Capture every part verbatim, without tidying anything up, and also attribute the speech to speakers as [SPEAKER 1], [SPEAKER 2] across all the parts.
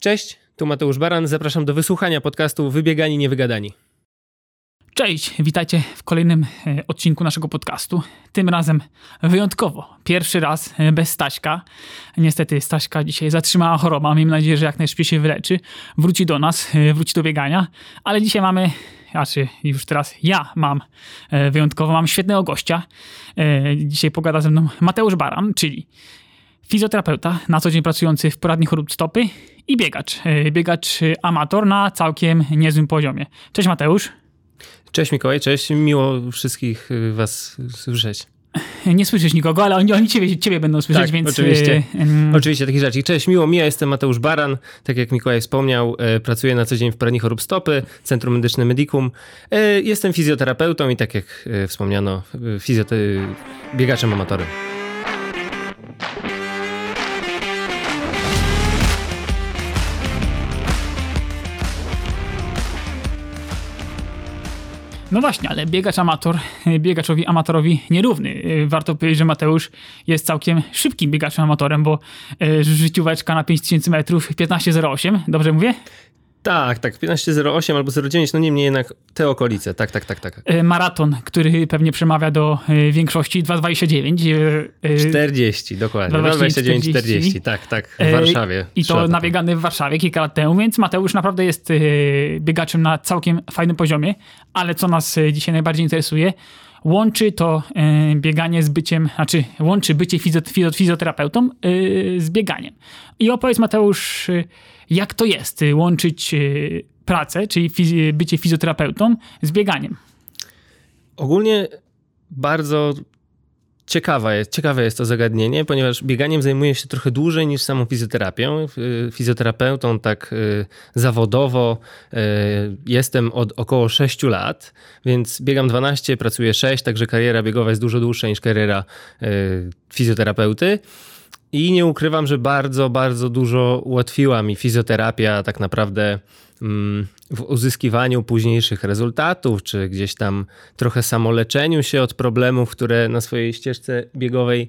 [SPEAKER 1] Cześć, tu Mateusz Baran, zapraszam do wysłuchania podcastu Wybiegani Niewygadani.
[SPEAKER 2] Cześć, witajcie w kolejnym odcinku naszego podcastu. Tym razem wyjątkowo, pierwszy raz bez Staśka. Niestety Staśka dzisiaj zatrzymała choroba, miejmy nadzieję, że jak najszybciej się wyleczy. Wróci do nas, wróci do biegania, ale dzisiaj mamy, znaczy już teraz ja mam wyjątkowo, mam świetnego gościa. Dzisiaj pogada ze mną Mateusz Baran, czyli fizjoterapeuta, na co dzień pracujący w poradni chorób stopy i biegacz. Biegacz amator na całkiem niezłym poziomie. Cześć Mateusz.
[SPEAKER 1] Cześć Mikołaj, cześć. Miło wszystkich was słyszeć.
[SPEAKER 2] Nie słyszysz nikogo, ale oni, oni ciebie, ciebie będą słyszeć,
[SPEAKER 1] tak,
[SPEAKER 2] więc...
[SPEAKER 1] oczywiście. Um... Oczywiście, taki rzecz. Cześć, miło mi, ja jestem Mateusz Baran. Tak jak Mikołaj wspomniał, e, pracuję na co dzień w poradni chorób stopy, Centrum Medyczne Medicum. E, jestem fizjoterapeutą i tak jak e, wspomniano, fizjote- biegaczem amatorem.
[SPEAKER 2] No właśnie, ale biegacz amator, biegaczowi amatorowi nierówny. Warto powiedzieć, że Mateusz jest całkiem szybkim biegaczem amatorem, bo życióweczka na pięć tysięcy metrów piętnaście zero osiem, dobrze mówię?
[SPEAKER 1] Tak, tak, piętnaście zero osiem albo zero dziewięć, no niemniej jednak te okolice, tak, tak, tak, tak.
[SPEAKER 2] Maraton, który pewnie przemawia do większości, dwa dwadzieścia dziewięć.
[SPEAKER 1] czterdzieści, dokładnie, dwa dwadzieścia dziewięć czterdzieści, tak, tak, w Warszawie.
[SPEAKER 2] I to nabiegany w Warszawie kilka lat temu, więc Mateusz naprawdę jest biegaczem na całkiem fajnym poziomie, ale co nas dzisiaj najbardziej interesuje, łączy to bieganie z byciem, znaczy łączy bycie fizjoterapeutą z bieganiem. I opowiedz Mateusz, jak to jest łączyć pracę, czyli fiz- bycie fizjoterapeutą z bieganiem?
[SPEAKER 1] Ogólnie bardzo ciekawe jest, ciekawe jest to zagadnienie, ponieważ bieganiem zajmuję się trochę dłużej niż samą fizjoterapią. Fizjoterapeutą tak zawodowo jestem od około sześciu lat, więc biegam dwanaście, pracuję sześć, także kariera biegowa jest dużo dłuższa niż kariera fizjoterapeuty. I nie ukrywam, że bardzo, bardzo dużo ułatwiła mi fizjoterapia tak naprawdę w uzyskiwaniu późniejszych rezultatów, czy gdzieś tam trochę samoleczeniu się od problemów, które na swojej ścieżce biegowej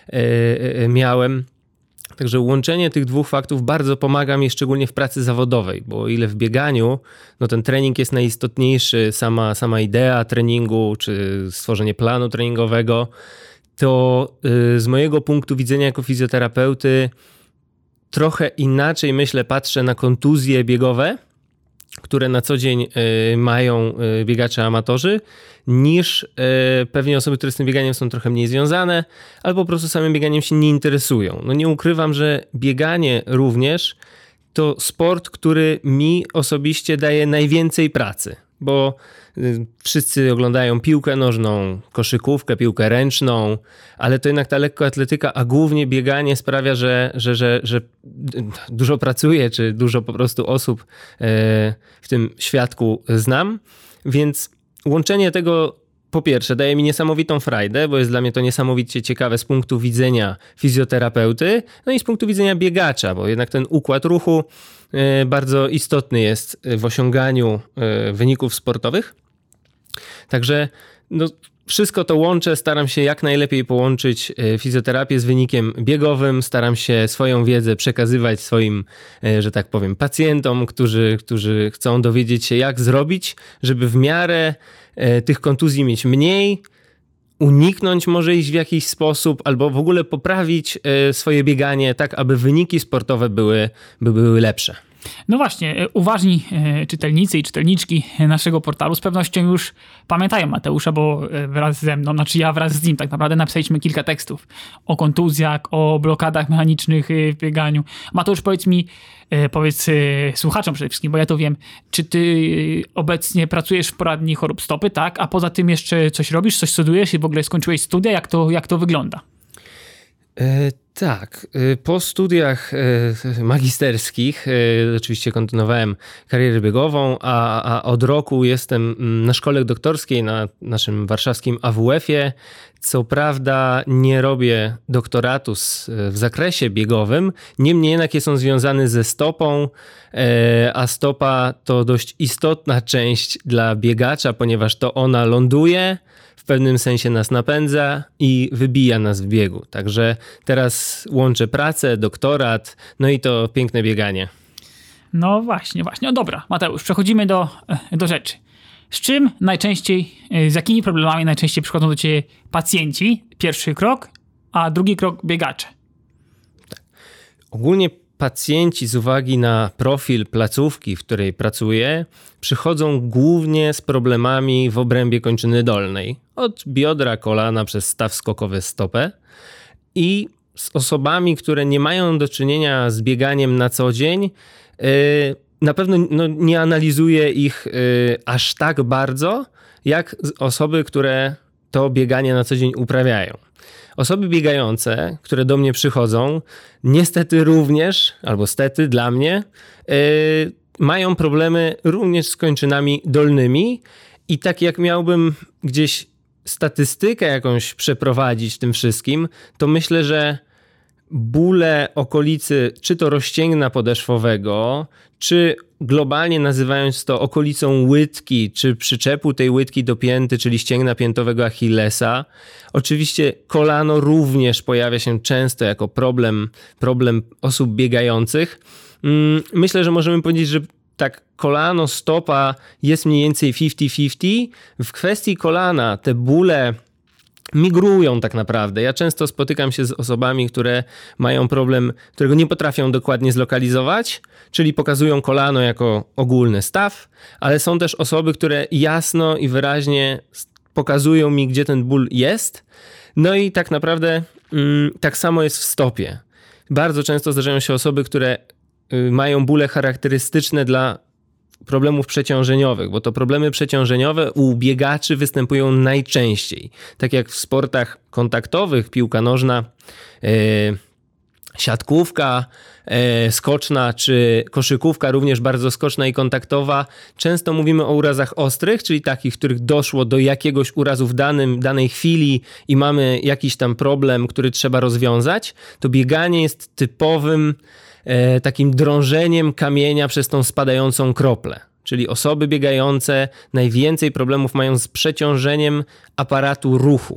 [SPEAKER 1] miałem. Także łączenie tych dwóch faktów bardzo pomaga mi, szczególnie w pracy zawodowej, bo o ile w bieganiu no ten trening jest najistotniejszy, sama, sama idea treningu, czy stworzenie planu treningowego, to z mojego punktu widzenia jako fizjoterapeuty trochę inaczej, myślę, patrzę na kontuzje biegowe, które na co dzień mają biegacze amatorzy, niż pewnie osoby, które z tym bieganiem są trochę mniej związane, albo po prostu samym bieganiem się nie interesują. No nie ukrywam, że bieganie również to sport, który mi osobiście daje najwięcej pracy, bo wszyscy oglądają piłkę nożną, koszykówkę, piłkę ręczną, ale to jednak ta lekkoatletyka, a głównie bieganie sprawia, że, że, że, że dużo pracuję, czy dużo po prostu osób w tym świadku znam, więc łączenie tego po pierwsze daje mi niesamowitą frajdę, bo jest dla mnie to niesamowicie ciekawe z punktu widzenia fizjoterapeuty, no i z punktu widzenia biegacza, bo jednak ten układ ruchu bardzo istotny jest w osiąganiu wyników sportowych. Także no, wszystko to łączę, staram się jak najlepiej połączyć fizjoterapię z wynikiem biegowym, staram się swoją wiedzę przekazywać swoim, że tak powiem, pacjentom, którzy, którzy chcą dowiedzieć się, jak zrobić, żeby w miarę tych kontuzji mieć mniej, uniknąć może iść w jakiś sposób, albo w ogóle poprawić swoje bieganie tak, aby wyniki sportowe były, by były lepsze.
[SPEAKER 2] No właśnie, uważni czytelnicy i czytelniczki naszego portalu z pewnością już pamiętają Mateusza, bo wraz ze mną, znaczy ja wraz z nim tak naprawdę napisaliśmy kilka tekstów o kontuzjach, o blokadach mechanicznych w bieganiu. Mateusz, powiedz mi, powiedz słuchaczom przede wszystkim, bo ja to wiem, czy ty obecnie pracujesz w poradni chorób stopy, tak? A poza tym jeszcze coś robisz, coś studiujesz i w ogóle skończyłeś studia? Jak to, jak to wygląda?
[SPEAKER 1] E, tak, po studiach magisterskich oczywiście kontynuowałem karierę biegową, a, a od roku jestem na szkole doktorskiej na naszym warszawskim A W F-ie. Co prawda nie robię doktoratu z, w zakresie biegowym, niemniej jednak jest on związany ze stopą, a stopa to dość istotna część dla biegacza, ponieważ to ona ląduje, w pewnym sensie nas napędza i wybija nas w biegu. Także teraz łączę pracę, doktorat, no i to piękne bieganie.
[SPEAKER 2] No właśnie, właśnie. No dobra, Mateusz, przechodzimy do, do rzeczy. Z czym najczęściej, z jakimi problemami najczęściej przychodzą do ciebie pacjenci? Pierwszy krok, a drugi krok biegacze.
[SPEAKER 1] Tak. Ogólnie pacjenci z uwagi na profil placówki, w której pracuję, przychodzą głównie z problemami w obrębie kończyny dolnej. Od biodra, kolana przez staw skokowy stopę i z osobami, które nie mają do czynienia z bieganiem na co dzień, yy, na pewno no, nie analizuję ich yy, aż tak bardzo, jak osoby, które to bieganie na co dzień uprawiają. Osoby biegające, które do mnie przychodzą, niestety również, albo stety dla mnie, yy, mają problemy również z kończynami dolnymi i tak jak miałbym gdzieś statystykę jakąś przeprowadzić tym wszystkim, to myślę, że bóle okolicy czy to rozcięgna podeszwowego, czy globalnie nazywając to okolicą łydki, czy przyczepu tej łydki do pięty, czyli ścięgna piętowego Achillesa. Oczywiście kolano również pojawia się często jako problem, problem osób biegających. Myślę, że możemy powiedzieć, że tak kolano, stopa jest mniej więcej pięćdziesiąt pięćdziesiąt. W kwestii kolana te bóle migrują tak naprawdę. Ja często spotykam się z osobami, które mają problem, którego nie potrafią dokładnie zlokalizować, czyli pokazują kolano jako ogólny staw, ale są też osoby, które jasno i wyraźnie pokazują mi, gdzie ten ból jest. No i tak naprawdę mm, tak samo jest w stopie. Bardzo często zdarzają się osoby, które y, mają bóle charakterystyczne dla problemów przeciążeniowych, bo to problemy przeciążeniowe u biegaczy występują najczęściej. Tak jak w sportach kontaktowych, piłka nożna, yy, siatkówka, yy, skoczna czy koszykówka, również bardzo skoczna i kontaktowa. Często mówimy o urazach ostrych, czyli takich, w których doszło do jakiegoś urazu w danym, danej chwili i mamy jakiś tam problem, który trzeba rozwiązać. To bieganie jest typowym takim drążeniem kamienia przez tą spadającą kroplę. Czyli osoby biegające najwięcej problemów mają z przeciążeniem aparatu ruchu.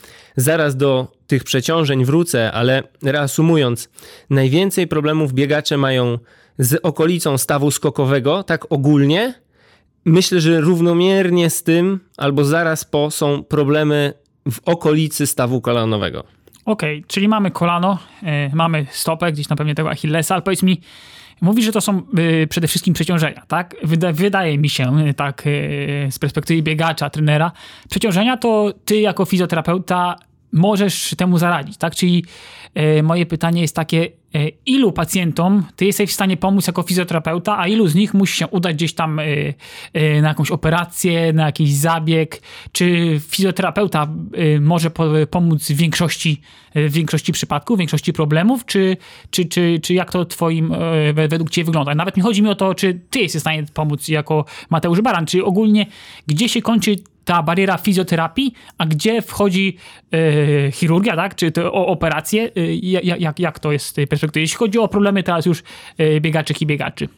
[SPEAKER 1] Zaraz do tych przeciążeń wrócę, ale reasumując, najwięcej problemów biegacze mają z okolicą stawu skokowego, tak ogólnie. Myślę, że równomiernie z tym albo zaraz po są problemy w okolicy stawu kolanowego.
[SPEAKER 2] Okej, okay, czyli mamy kolano, yy, mamy stopę gdzieś na pewno tego Achillesa, ale powiedz mi, mówisz, że to są yy, przede wszystkim przeciążenia, tak? Wyda- wydaje mi się, yy, tak yy, z perspektywy biegacza, trenera, przeciążenia to ty jako fizjoterapeuta możesz temu zaradzić, tak? Czyli yy, moje pytanie jest takie, yy, ilu pacjentom ty jesteś w stanie pomóc jako fizjoterapeuta, a ilu z nich musi się udać gdzieś tam yy, yy, na jakąś operację, na jakiś zabieg? Czy fizjoterapeuta yy, może po, pomóc w większości, yy, w większości przypadków, w większości problemów? Czy, czy, czy, czy jak to twoim, yy, według ciebie wygląda? Nawet nie chodzi mi o to, czy ty jesteś w stanie pomóc jako Mateusz Baran, czy ogólnie gdzie się kończy ta bariera fizjoterapii, a gdzie wchodzi yy, chirurgia, tak? Czy to o operacje? Yy, jak, jak to jest z tej perspektywy? Jeśli chodzi o problemy teraz już yy, biegaczek i biegaczy.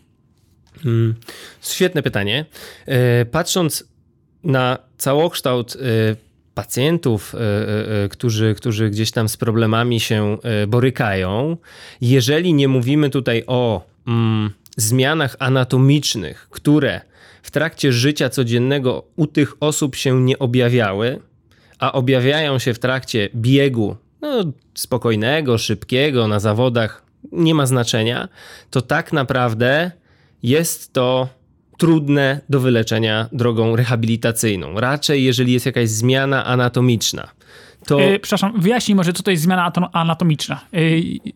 [SPEAKER 1] Hmm. Świetne pytanie. Yy, patrząc na całokształt yy, pacjentów, yy, yy, którzy, którzy gdzieś tam z problemami się yy, borykają, jeżeli nie mówimy tutaj o yy, zmianach anatomicznych, które w trakcie życia codziennego u tych osób się nie objawiały, a objawiają się w trakcie biegu no, spokojnego, szybkiego, na zawodach, nie ma znaczenia, to tak naprawdę jest to trudne do wyleczenia drogą rehabilitacyjną. Raczej jeżeli jest jakaś zmiana anatomiczna. To...
[SPEAKER 2] Yy, przepraszam, wyjaśnij może, co to jest zmiana anatomiczna. Yy...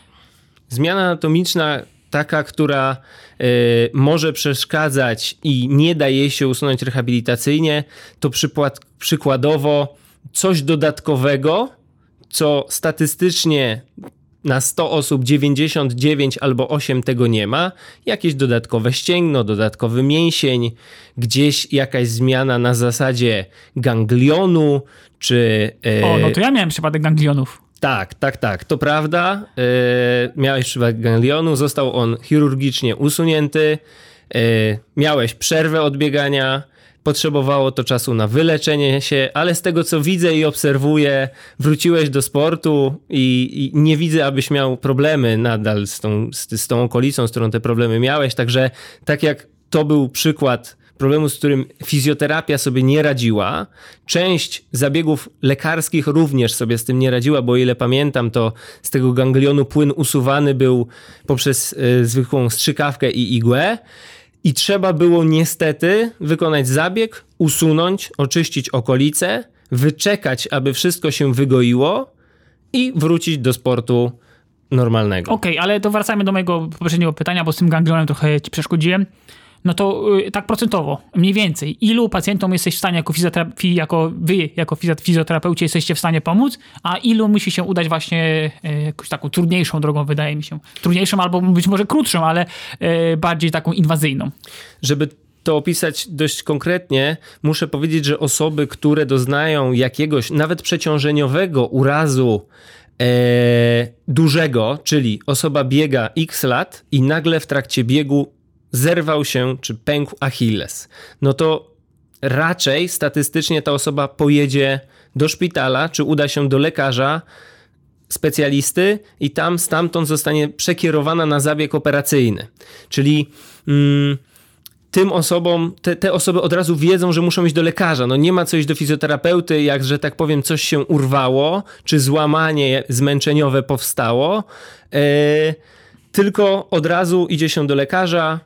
[SPEAKER 1] Zmiana anatomiczna taka, która y, może przeszkadzać i nie da jej się usunąć rehabilitacyjnie, to przykład, przykładowo coś dodatkowego, co statystycznie na sto osób dziewięćdziesiąt dziewięć albo osiem tego nie ma. Jakieś dodatkowe ścięgno, dodatkowy mięsień, gdzieś jakaś zmiana na zasadzie ganglionu, czy...
[SPEAKER 2] Y... O, no to ja miałem przypadek ganglionów.
[SPEAKER 1] Tak, tak, tak, to prawda. Yy, miałeś przypadek ganglionu, został on chirurgicznie usunięty, yy, miałeś przerwę od biegania, potrzebowało to czasu na wyleczenie się, ale z tego co widzę i obserwuję, wróciłeś do sportu i, i nie widzę, abyś miał problemy nadal z tą, z, z tą okolicą, z którą te problemy miałeś, także tak jak to był przykład problemu, z którym fizjoterapia sobie nie radziła. Część zabiegów lekarskich również sobie z tym nie radziła, bo o ile pamiętam, to z tego ganglionu płyn usuwany był poprzez y, zwykłą strzykawkę i igłę i trzeba było niestety wykonać zabieg, usunąć, oczyścić okolice, wyczekać, aby wszystko się wygoiło i wrócić do sportu normalnego.
[SPEAKER 2] Okej, okay, ale to wracajmy do mojego poprzedniego pytania, bo z tym ganglionem trochę ci przeszkodziłem. No to yy, tak procentowo, mniej więcej, ilu pacjentom jesteś w stanie jako, fizjoterapi- jako wy, jako fizjoterapeuci jesteście w stanie pomóc, a ilu musi się udać właśnie yy, jakąś taką trudniejszą drogą, wydaje mi się. Trudniejszą albo być może krótszą, ale yy, bardziej taką inwazyjną.
[SPEAKER 1] Żeby to opisać dość konkretnie, muszę powiedzieć, że osoby, które doznają jakiegoś nawet przeciążeniowego urazu e, dużego, czyli osoba biega x lat i nagle w trakcie biegu zerwał się czy pękł Achilles, no to raczej statystycznie ta osoba pojedzie do szpitala, czy uda się do lekarza, specjalisty i tam stamtąd zostanie przekierowana na zabieg operacyjny. Czyli mm, tym osobom, te, te osoby od razu wiedzą, że muszą iść do lekarza. No nie ma co iść do fizjoterapeuty, jak, że tak powiem, coś się urwało, czy złamanie zmęczeniowe powstało, yy, tylko od razu idzie się do lekarza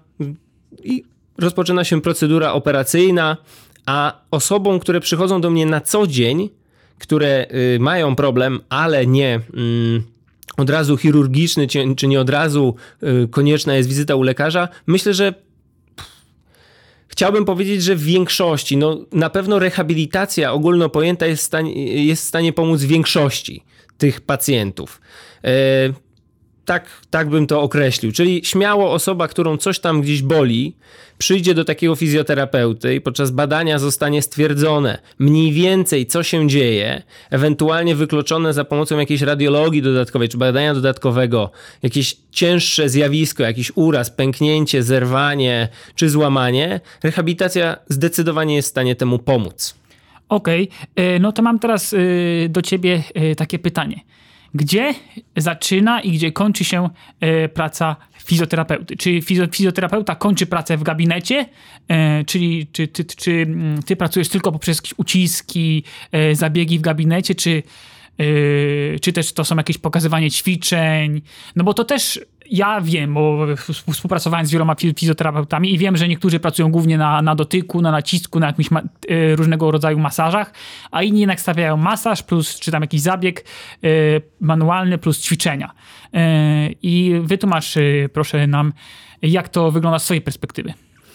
[SPEAKER 1] i rozpoczyna się procedura operacyjna, a osobom, które przychodzą do mnie na co dzień, które y, mają problem, ale nie y, od razu chirurgiczny, czy, czy nie od razu y, konieczna jest wizyta u lekarza, myślę, że pff, chciałbym powiedzieć, że w większości, no na pewno rehabilitacja ogólno pojęta jest w stanie, jest w stanie pomóc większości tych pacjentów. Y, Tak, tak bym to określił. Czyli śmiało osoba, którą coś tam gdzieś boli, przyjdzie do takiego fizjoterapeuty i podczas badania zostanie stwierdzone mniej więcej, co się dzieje, ewentualnie wykluczone za pomocą jakiejś radiologii dodatkowej czy badania dodatkowego, jakieś cięższe zjawisko, jakiś uraz, pęknięcie, zerwanie czy złamanie. Rehabilitacja zdecydowanie jest w stanie temu pomóc.
[SPEAKER 2] Okej, okay. No to mam teraz do ciebie takie pytanie. Gdzie zaczyna i gdzie kończy się e, praca fizjoterapeuty? Czy fizjoterapeuta kończy pracę w gabinecie? E, czyli czy ty, czy, czy ty pracujesz tylko poprzez jakieś uciski, e, zabiegi w gabinecie, czy, e, czy też to są jakieś pokazywanie ćwiczeń? No bo to też ja wiem, bo współpracowałem z wieloma fizjoterapeutami i wiem, że niektórzy pracują głównie na, na dotyku, na nacisku, na jakimś ma, y, różnego rodzaju masażach, a inni jednak stawiają masaż plus, czy tam jakiś zabieg y, manualny plus ćwiczenia. Y, I wytłumacz y, proszę nam, jak to wygląda z twojej perspektywy.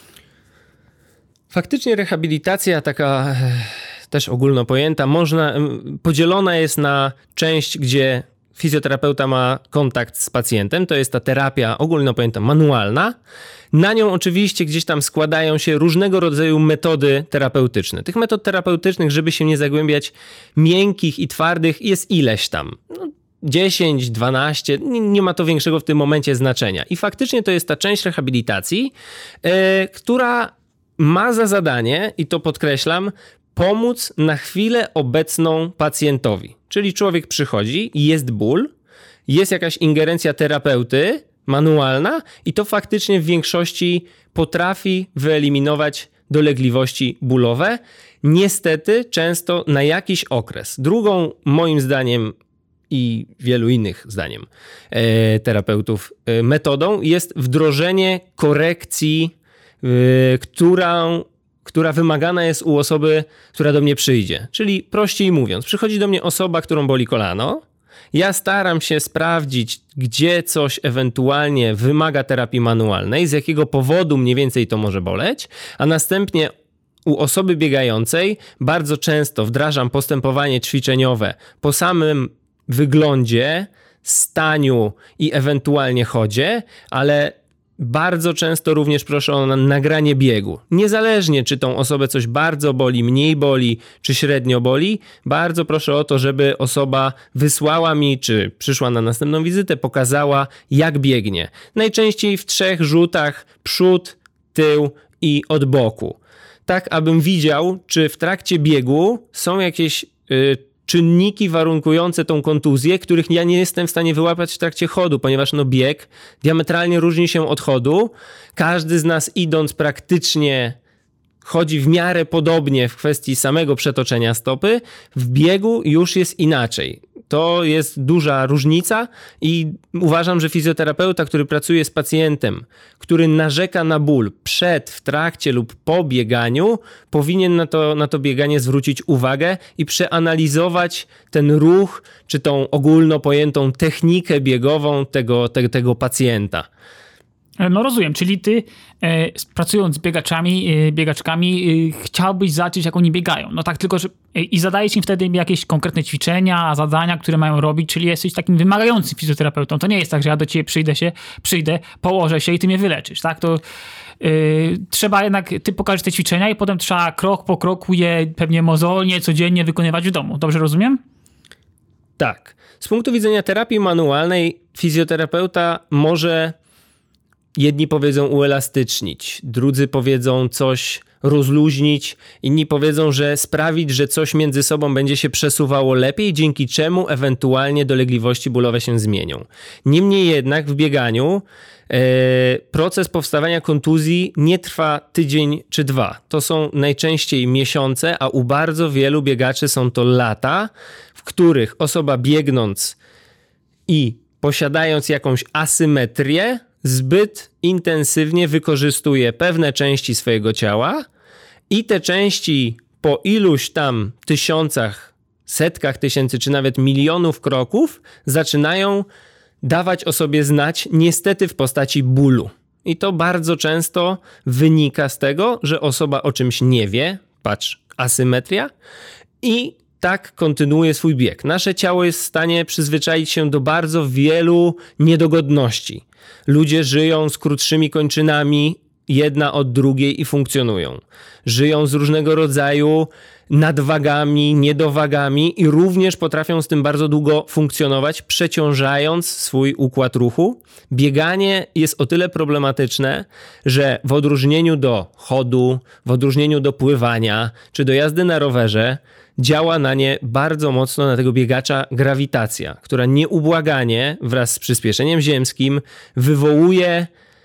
[SPEAKER 1] Faktycznie rehabilitacja taka też ogólno pojęta, można, podzielona jest na część, gdzie fizjoterapeuta ma kontakt z pacjentem, to jest ta terapia ogólno pojęta manualna. Na nią oczywiście gdzieś tam składają się różnego rodzaju metody terapeutyczne. Tych metod terapeutycznych, żeby się nie zagłębiać, miękkich i twardych jest ileś tam. No, dziesięć, dwanaście, nie ma to większego w tym momencie znaczenia. I faktycznie to jest ta część rehabilitacji, yy, która ma za zadanie, i to podkreślam, pomóc na chwilę obecną pacjentowi. Czyli człowiek przychodzi, jest ból, jest jakaś ingerencja terapeuty manualna i to faktycznie w większości potrafi wyeliminować dolegliwości bólowe. Niestety często na jakiś okres. Drugą moim zdaniem i wielu innych zdaniem e, terapeutów e, metodą jest wdrożenie korekcji, e, którą która wymagana jest u osoby, która do mnie przyjdzie. Czyli prościej mówiąc, przychodzi do mnie osoba, którą boli kolano, ja staram się sprawdzić, gdzie coś ewentualnie wymaga terapii manualnej, z jakiego powodu mniej więcej to może boleć, a następnie u osoby biegającej bardzo często wdrażam postępowanie ćwiczeniowe po samym wyglądzie, staniu i ewentualnie chodzie, ale bardzo często również proszę o nagranie biegu. Niezależnie, czy tą osobę coś bardzo boli, mniej boli, czy średnio boli, bardzo proszę o to, żeby osoba wysłała mi, czy przyszła na następną wizytę, pokazała, jak biegnie. Najczęściej w trzech rzutach: przód, tył i od boku. tak abym widział, czy w trakcie biegu są jakieś y, czynniki warunkujące tą kontuzję, których ja nie jestem w stanie wyłapać w trakcie chodu, ponieważ no bieg diametralnie różni się od chodu. Każdy z nas idąc praktycznie chodzi w miarę podobnie w kwestii samego przetoczenia stopy. W biegu już jest inaczej. To jest duża różnica i uważam, że fizjoterapeuta, który pracuje z pacjentem, który narzeka na ból przed, w trakcie lub po bieganiu, powinien na to, na to bieganie zwrócić uwagę i przeanalizować ten ruch, czy tą ogólno pojętą technikę biegową tego, te, tego pacjenta.
[SPEAKER 2] No rozumiem, czyli ty e, pracując z biegaczami, e, biegaczkami e, chciałbyś zobaczyć, jak oni biegają. No tak, tylko że e, i zadajesz im wtedy jakieś konkretne ćwiczenia, zadania, które mają robić, czyli jesteś takim wymagającym fizjoterapeutą. To nie jest tak, że ja do ciebie przyjdę się, przyjdę, położę się i ty mnie wyleczysz, tak? To e, trzeba jednak, ty pokażesz te ćwiczenia i potem trzeba krok po kroku je pewnie mozolnie, codziennie wykonywać w domu. Dobrze rozumiem?
[SPEAKER 1] Tak. Z punktu widzenia terapii manualnej fizjoterapeuta może... Jedni powiedzą uelastycznić, drudzy powiedzą coś rozluźnić, inni powiedzą, że sprawić, że coś między sobą będzie się przesuwało lepiej, dzięki czemu ewentualnie dolegliwości bólowe się zmienią. Niemniej jednak w bieganiu e, proces powstawania kontuzji nie trwa tydzień czy dwa. To są najczęściej miesiące, a u bardzo wielu biegaczy są to lata, w których osoba biegnąc i posiadając jakąś asymetrię, zbyt intensywnie wykorzystuje pewne części swojego ciała i te części po iluś tam tysiącach, setkach tysięcy czy nawet milionów kroków zaczynają dawać o sobie znać niestety w postaci bólu. I to bardzo często wynika z tego, że osoba o czymś nie wie, patrz, asymetria, i tak kontynuuje swój bieg. Nasze ciało jest w stanie przyzwyczaić się do bardzo wielu niedogodności. Ludzie żyją z krótszymi kończynami jedna od drugiej i funkcjonują. Żyją z różnego rodzaju nadwagami, niedowagami i również potrafią z tym bardzo długo funkcjonować, przeciążając swój układ ruchu. Bieganie jest o tyle problematyczne, że w odróżnieniu do chodu, w odróżnieniu do pływania czy do jazdy na rowerze, działa na nie bardzo mocno, na tego biegacza, grawitacja, która nieubłaganie wraz z przyspieszeniem ziemskim wywołuje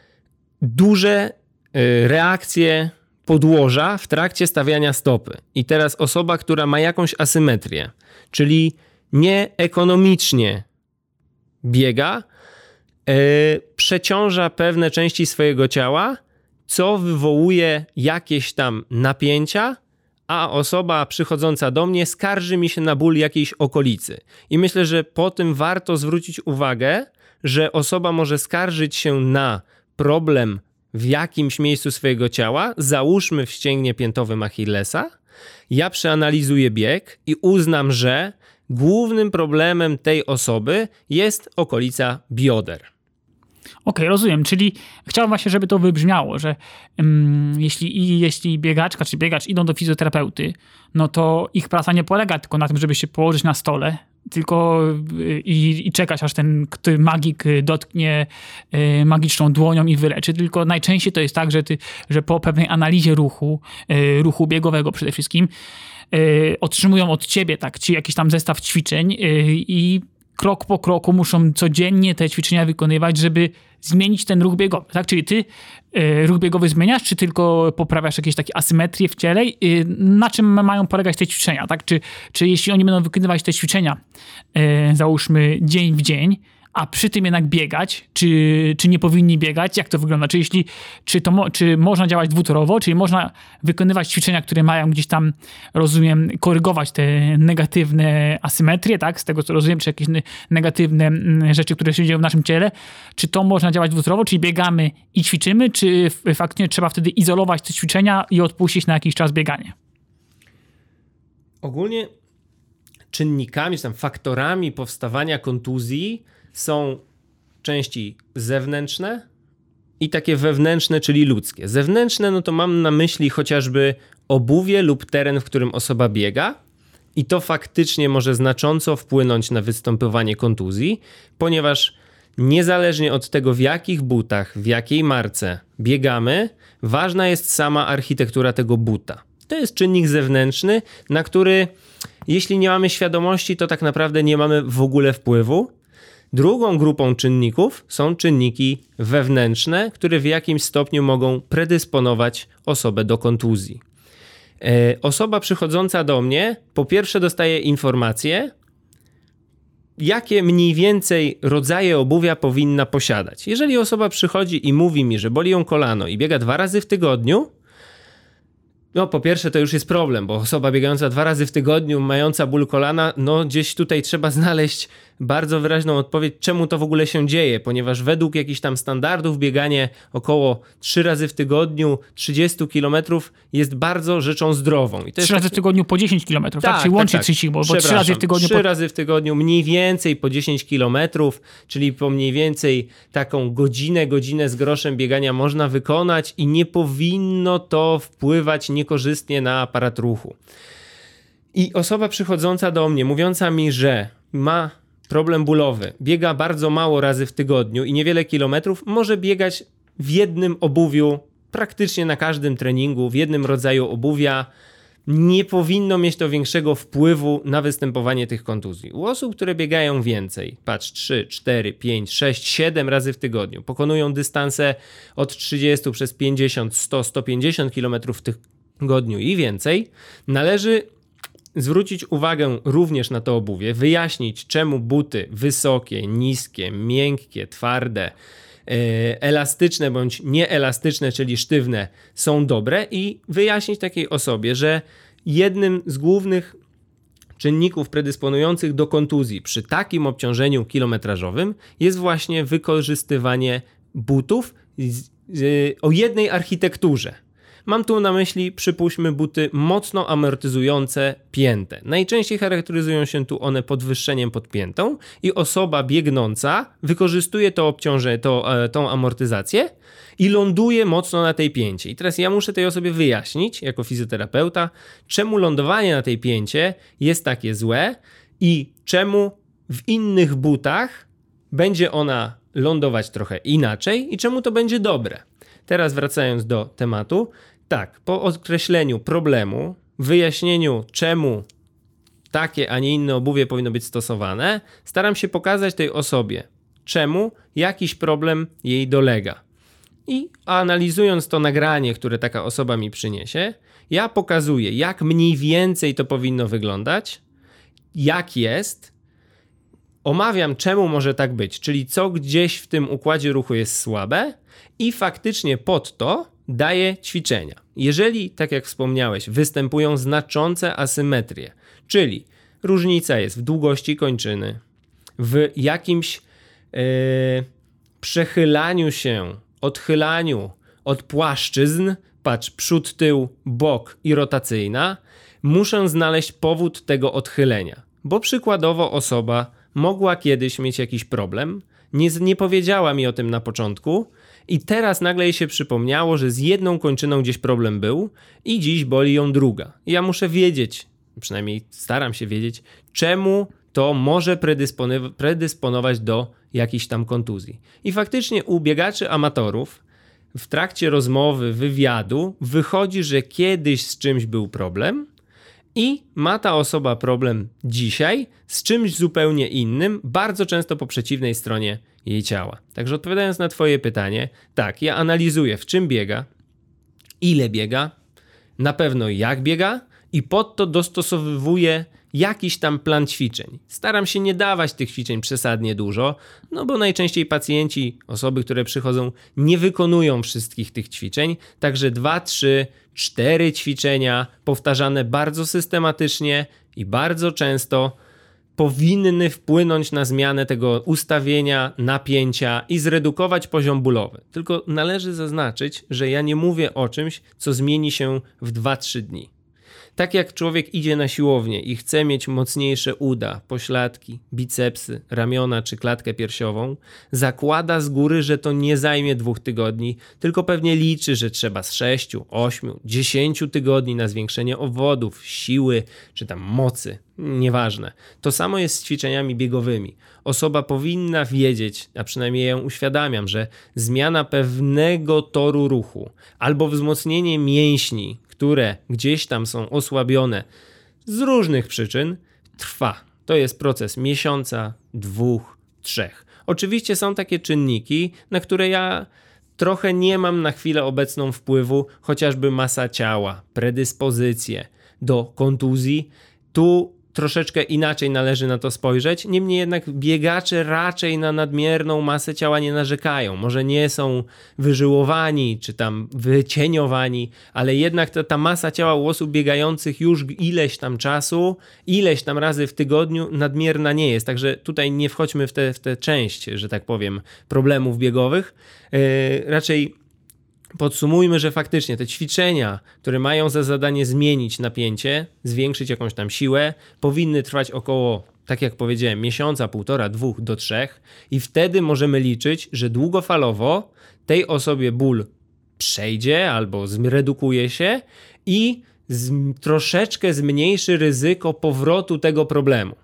[SPEAKER 1] duże y, reakcje podłoża w trakcie stawiania stopy. I teraz osoba, która ma jakąś asymetrię, czyli nieekonomicznie biega, yy, przeciąża pewne części swojego ciała, co wywołuje jakieś tam napięcia, a osoba przychodząca do mnie skarży mi się na ból jakiejś okolicy. I myślę, że po tym warto zwrócić uwagę, że osoba może skarżyć się na problem w jakimś miejscu swojego ciała, załóżmy w ścięgnie piętowym Achillesa, ja przeanalizuję bieg i uznam, że głównym problemem tej osoby jest okolica bioder.
[SPEAKER 2] Okej, okay, rozumiem, czyli chciałbym właśnie, żeby to wybrzmiało, że um, jeśli, i, jeśli biegaczka czy biegacz idą do fizjoterapeuty, no to ich praca nie polega tylko na tym, żeby się położyć na stole, tylko i, i czekać, aż ten magik dotknie y, magiczną dłonią i wyleczy. Tylko najczęściej to jest tak, że, ty, że po pewnej analizie ruchu, y, ruchu biegowego przede wszystkim, y, otrzymują od ciebie tak, czy jakiś tam zestaw ćwiczeń y, i krok po kroku muszą codziennie te ćwiczenia wykonywać, żeby zmienić ten ruch biegowy, tak? Czyli ty y, ruch biegowy zmieniasz, czy tylko poprawiasz jakieś takie asymetrie w ciele? Y, na czym mają polegać te ćwiczenia, tak? Czy, czy jeśli oni będą wykonywać te ćwiczenia, y, załóżmy dzień w dzień, a przy tym jednak biegać, czy, czy nie powinni biegać? Jak to wygląda? Czy, jeśli, czy, to mo, czy można działać dwutorowo, czyli można wykonywać ćwiczenia, które mają gdzieś tam, rozumiem, korygować te negatywne asymetrie, tak? Z tego co rozumiem, czy jakieś negatywne rzeczy, które się dzieją w naszym ciele. Czy to można działać dwutorowo, czyli biegamy i ćwiczymy, czy faktycznie trzeba wtedy izolować te ćwiczenia i odpuścić na jakiś czas bieganie?
[SPEAKER 1] Ogólnie czynnikami, czy tam faktorami powstawania kontuzji są części zewnętrzne i takie wewnętrzne, czyli ludzkie. Zewnętrzne, no to mam na myśli chociażby obuwie lub teren, w którym osoba biega i to faktycznie może znacząco wpłynąć na występowanie kontuzji, ponieważ niezależnie od tego, w jakich butach, w jakiej marce biegamy, ważna jest sama architektura tego buta. To jest czynnik zewnętrzny, na który jeśli nie mamy świadomości, to tak naprawdę nie mamy w ogóle wpływu. Drugą grupą czynników są czynniki wewnętrzne, które w jakimś stopniu mogą predysponować osobę do kontuzji. E, osoba przychodząca do mnie po pierwsze dostaje informację, jakie mniej więcej rodzaje obuwia powinna posiadać. Jeżeli osoba przychodzi i mówi mi, że boli ją kolano i biega dwa razy w tygodniu, no po pierwsze to już jest problem, bo osoba biegająca dwa razy w tygodniu, mająca ból kolana, no gdzieś tutaj trzeba znaleźć bardzo wyraźną odpowiedź, czemu to w ogóle się dzieje, ponieważ według jakichś tam standardów bieganie około trzy razy w tygodniu, trzydzieści kilometrów jest bardzo rzeczą zdrową. I to
[SPEAKER 2] trzy razy
[SPEAKER 1] taki...
[SPEAKER 2] w tygodniu po dziesięć kilometrów, tak?
[SPEAKER 1] tak?
[SPEAKER 2] Czyli
[SPEAKER 1] tak,
[SPEAKER 2] łącznie
[SPEAKER 1] tak.
[SPEAKER 2] trzydzieści, bo, bo trzy razy w tygodniu...
[SPEAKER 1] trzy
[SPEAKER 2] po...
[SPEAKER 1] razy w tygodniu, mniej więcej po dziesięć kilometrów, czyli po mniej więcej taką godzinę, godzinę z groszem biegania można wykonać i nie powinno to wpływać niekorzystnie na aparat ruchu. I osoba przychodząca do mnie, mówiąca mi, że ma problem bólowy, biega bardzo mało razy w tygodniu i niewiele kilometrów, może biegać w jednym obuwiu, praktycznie na każdym treningu, w jednym rodzaju obuwia. Nie powinno mieć to większego wpływu na występowanie tych kontuzji. U osób, które biegają więcej, patrz, trzy, cztery, pięć, sześć, siedem razy w tygodniu, pokonują dystanse od trzydziestu przez pięćdziesiąt, sto, sto pięćdziesiąt kilometrów w tygodniu i więcej, należy zwrócić uwagę również na to obuwie, wyjaśnić, czemu buty wysokie, niskie, miękkie, twarde, elastyczne bądź nieelastyczne, czyli sztywne, są dobre i wyjaśnić takiej osobie, że jednym z głównych czynników predysponujących do kontuzji przy takim obciążeniu kilometrażowym jest właśnie wykorzystywanie butów o jednej architekturze. Mam tu na myśli, przypuśćmy, buty mocno amortyzujące piętę. Najczęściej charakteryzują się tu one podwyższeniem pod piętą i osoba biegnąca wykorzystuje to obciążenie, to, tą amortyzację i ląduje mocno na tej pięcie. I teraz ja muszę tej osobie wyjaśnić, jako fizjoterapeuta, czemu lądowanie na tej pięcie jest takie złe i czemu w innych butach będzie ona lądować trochę inaczej i czemu to będzie dobre. Teraz wracając do tematu, tak, po określeniu problemu, wyjaśnieniu czemu takie, a nie inne obuwie powinno być stosowane, staram się pokazać tej osobie, czemu jakiś problem jej dolega. I analizując to nagranie, które taka osoba mi przyniesie, ja pokazuję, jak mniej więcej to powinno wyglądać, jak jest, omawiam, czemu może tak być, czyli co gdzieś w tym układzie ruchu jest słabe i faktycznie pod to daję ćwiczenia. Jeżeli, tak jak wspomniałeś, występują znaczące asymetrie, czyli różnica jest w długości kończyny, w jakimś yy, przechylaniu się, odchylaniu od płaszczyzn, patrz, przód, tył, bok i rotacyjna, muszę znaleźć powód tego odchylenia, bo przykładowo osoba mogła kiedyś mieć jakiś problem, nie, nie powiedziała mi o tym na początku i teraz nagle jej się przypomniało, że z jedną kończyną gdzieś problem był i dziś boli ją druga. I ja muszę wiedzieć, przynajmniej staram się wiedzieć, czemu to może predysponow- predysponować do jakiejś tam kontuzji. I faktycznie u biegaczy amatorów w trakcie rozmowy, wywiadu wychodzi, że kiedyś z czymś był problem i ma ta osoba problem dzisiaj z czymś zupełnie innym, bardzo często po przeciwnej stronie jej ciała. Także odpowiadając na twoje pytanie, tak, ja analizuję, w czym biega, ile biega, na pewno jak biega i pod to dostosowywuję jakiś tam plan ćwiczeń. Staram się nie dawać tych ćwiczeń przesadnie dużo, no bo najczęściej pacjenci, osoby, które przychodzą, nie wykonują wszystkich tych ćwiczeń, także dwa, trzy, cztery ćwiczenia powtarzane bardzo systematycznie i bardzo często powinny wpłynąć na zmianę tego ustawienia, napięcia i zredukować poziom bólowy. Tylko należy zaznaczyć, że ja nie mówię o czymś, co zmieni się w dwa trzy dni. Tak jak człowiek idzie na siłownię i chce mieć mocniejsze uda, pośladki, bicepsy, ramiona czy klatkę piersiową, zakłada z góry, że to nie zajmie dwóch tygodni, tylko pewnie liczy, że trzeba z sześciu, ośmiu, dziesięciu tygodni na zwiększenie obwodów, siły czy tam mocy. Nieważne. To samo jest z ćwiczeniami biegowymi. Osoba powinna wiedzieć, a przynajmniej ją uświadamiam, że zmiana pewnego toru ruchu albo wzmocnienie mięśni, które gdzieś tam są osłabione z różnych przyczyn, trwa. To jest proces miesiąca, dwóch, trzech. Oczywiście są takie czynniki, na które ja trochę nie mam na chwilę obecną wpływu, chociażby masa ciała, predyspozycje do kontuzji. Tu troszeczkę inaczej należy na to spojrzeć, niemniej jednak biegacze raczej na nadmierną masę ciała nie narzekają. Może nie są wyżyłowani czy tam wycieniowani, ale jednak ta, ta masa ciała u osób biegających już ileś tam czasu, ileś tam razy w tygodniu nadmierna nie jest. Także tutaj nie wchodźmy w tę w tę część, że tak powiem, problemów biegowych. Yy, raczej podsumujmy, że faktycznie te ćwiczenia, które mają za zadanie zmienić napięcie, zwiększyć jakąś tam siłę, powinny trwać około, tak jak powiedziałem, miesiąca, półtora, dwóch do trzech i wtedy możemy liczyć, że długofalowo tej osobie ból przejdzie albo zredukuje się i z, troszeczkę zmniejszy ryzyko powrotu tego problemu.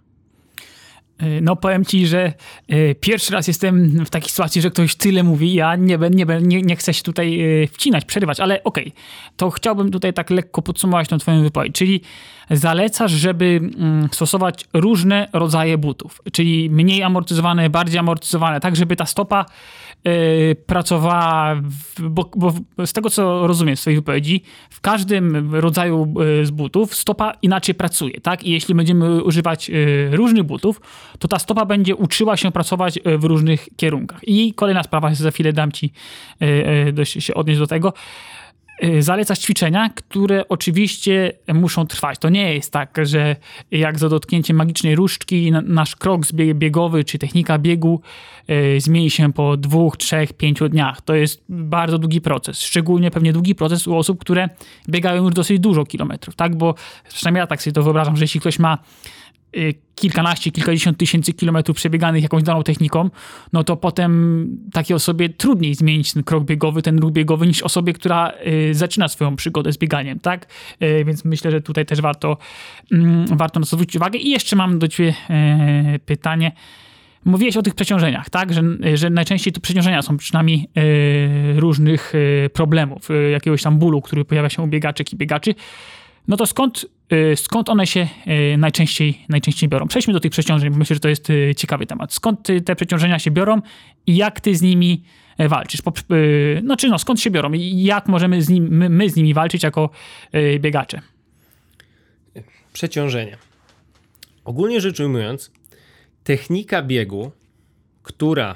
[SPEAKER 2] No powiem ci, że y, pierwszy raz jestem w takiej sytuacji, że ktoś tyle mówi, ja nie, nie, nie, nie chcę się tutaj y, wcinać, przerywać, ale okej, okay, to chciałbym tutaj tak lekko podsumować tą twoją wypowiedź, czyli zalecasz, żeby mm, stosować różne rodzaje butów, czyli mniej amortyzowane, bardziej amortyzowane, tak żeby ta stopa y, pracowała, w, bo, bo z tego co rozumiem z twojej wypowiedzi, w każdym rodzaju y, z butów stopa inaczej pracuje, tak? I jeśli będziemy używać y, różnych butów, to ta stopa będzie uczyła się pracować w różnych kierunkach. I kolejna sprawa, za chwilę dam ci dość się odnieść do tego. Zalecasz ćwiczenia, które oczywiście muszą trwać. To nie jest tak, że jak za dotknięciem magicznej różdżki nasz krok biegowy czy technika biegu zmieni się po dwóch, trzech, pięciu dniach. To jest bardzo długi proces. Szczególnie pewnie długi proces u osób, które biegają już dosyć dużo kilometrów. Tak? Bo przynajmniej ja tak sobie to wyobrażam, że jeśli ktoś ma kilkanaście, kilkadziesiąt tysięcy kilometrów przebieganych jakąś daną techniką, no to potem takiej osobie trudniej zmienić ten krok biegowy, ten ruch biegowy niż osobie, która y, zaczyna swoją przygodę z bieganiem, tak? Y, więc myślę, że tutaj też warto, y, warto na to zwrócić uwagę. I jeszcze mam do ciebie y, pytanie. Mówiłeś o tych przeciążeniach, tak? Że, że najczęściej to przeciążenia są przynajmniej y, różnych y, problemów, y, jakiegoś tam bólu, który pojawia się u biegaczek i biegaczy. No to skąd, skąd one się najczęściej, najczęściej biorą? Przejdźmy do tych przeciążeń, bo myślę, że to jest ciekawy temat. Skąd te przeciążenia się biorą i jak ty z nimi walczysz? No czy no, skąd się biorą i jak możemy z nim, my, my z nimi walczyć jako biegacze?
[SPEAKER 1] Przeciążenia. Ogólnie rzecz ujmując, technika biegu, która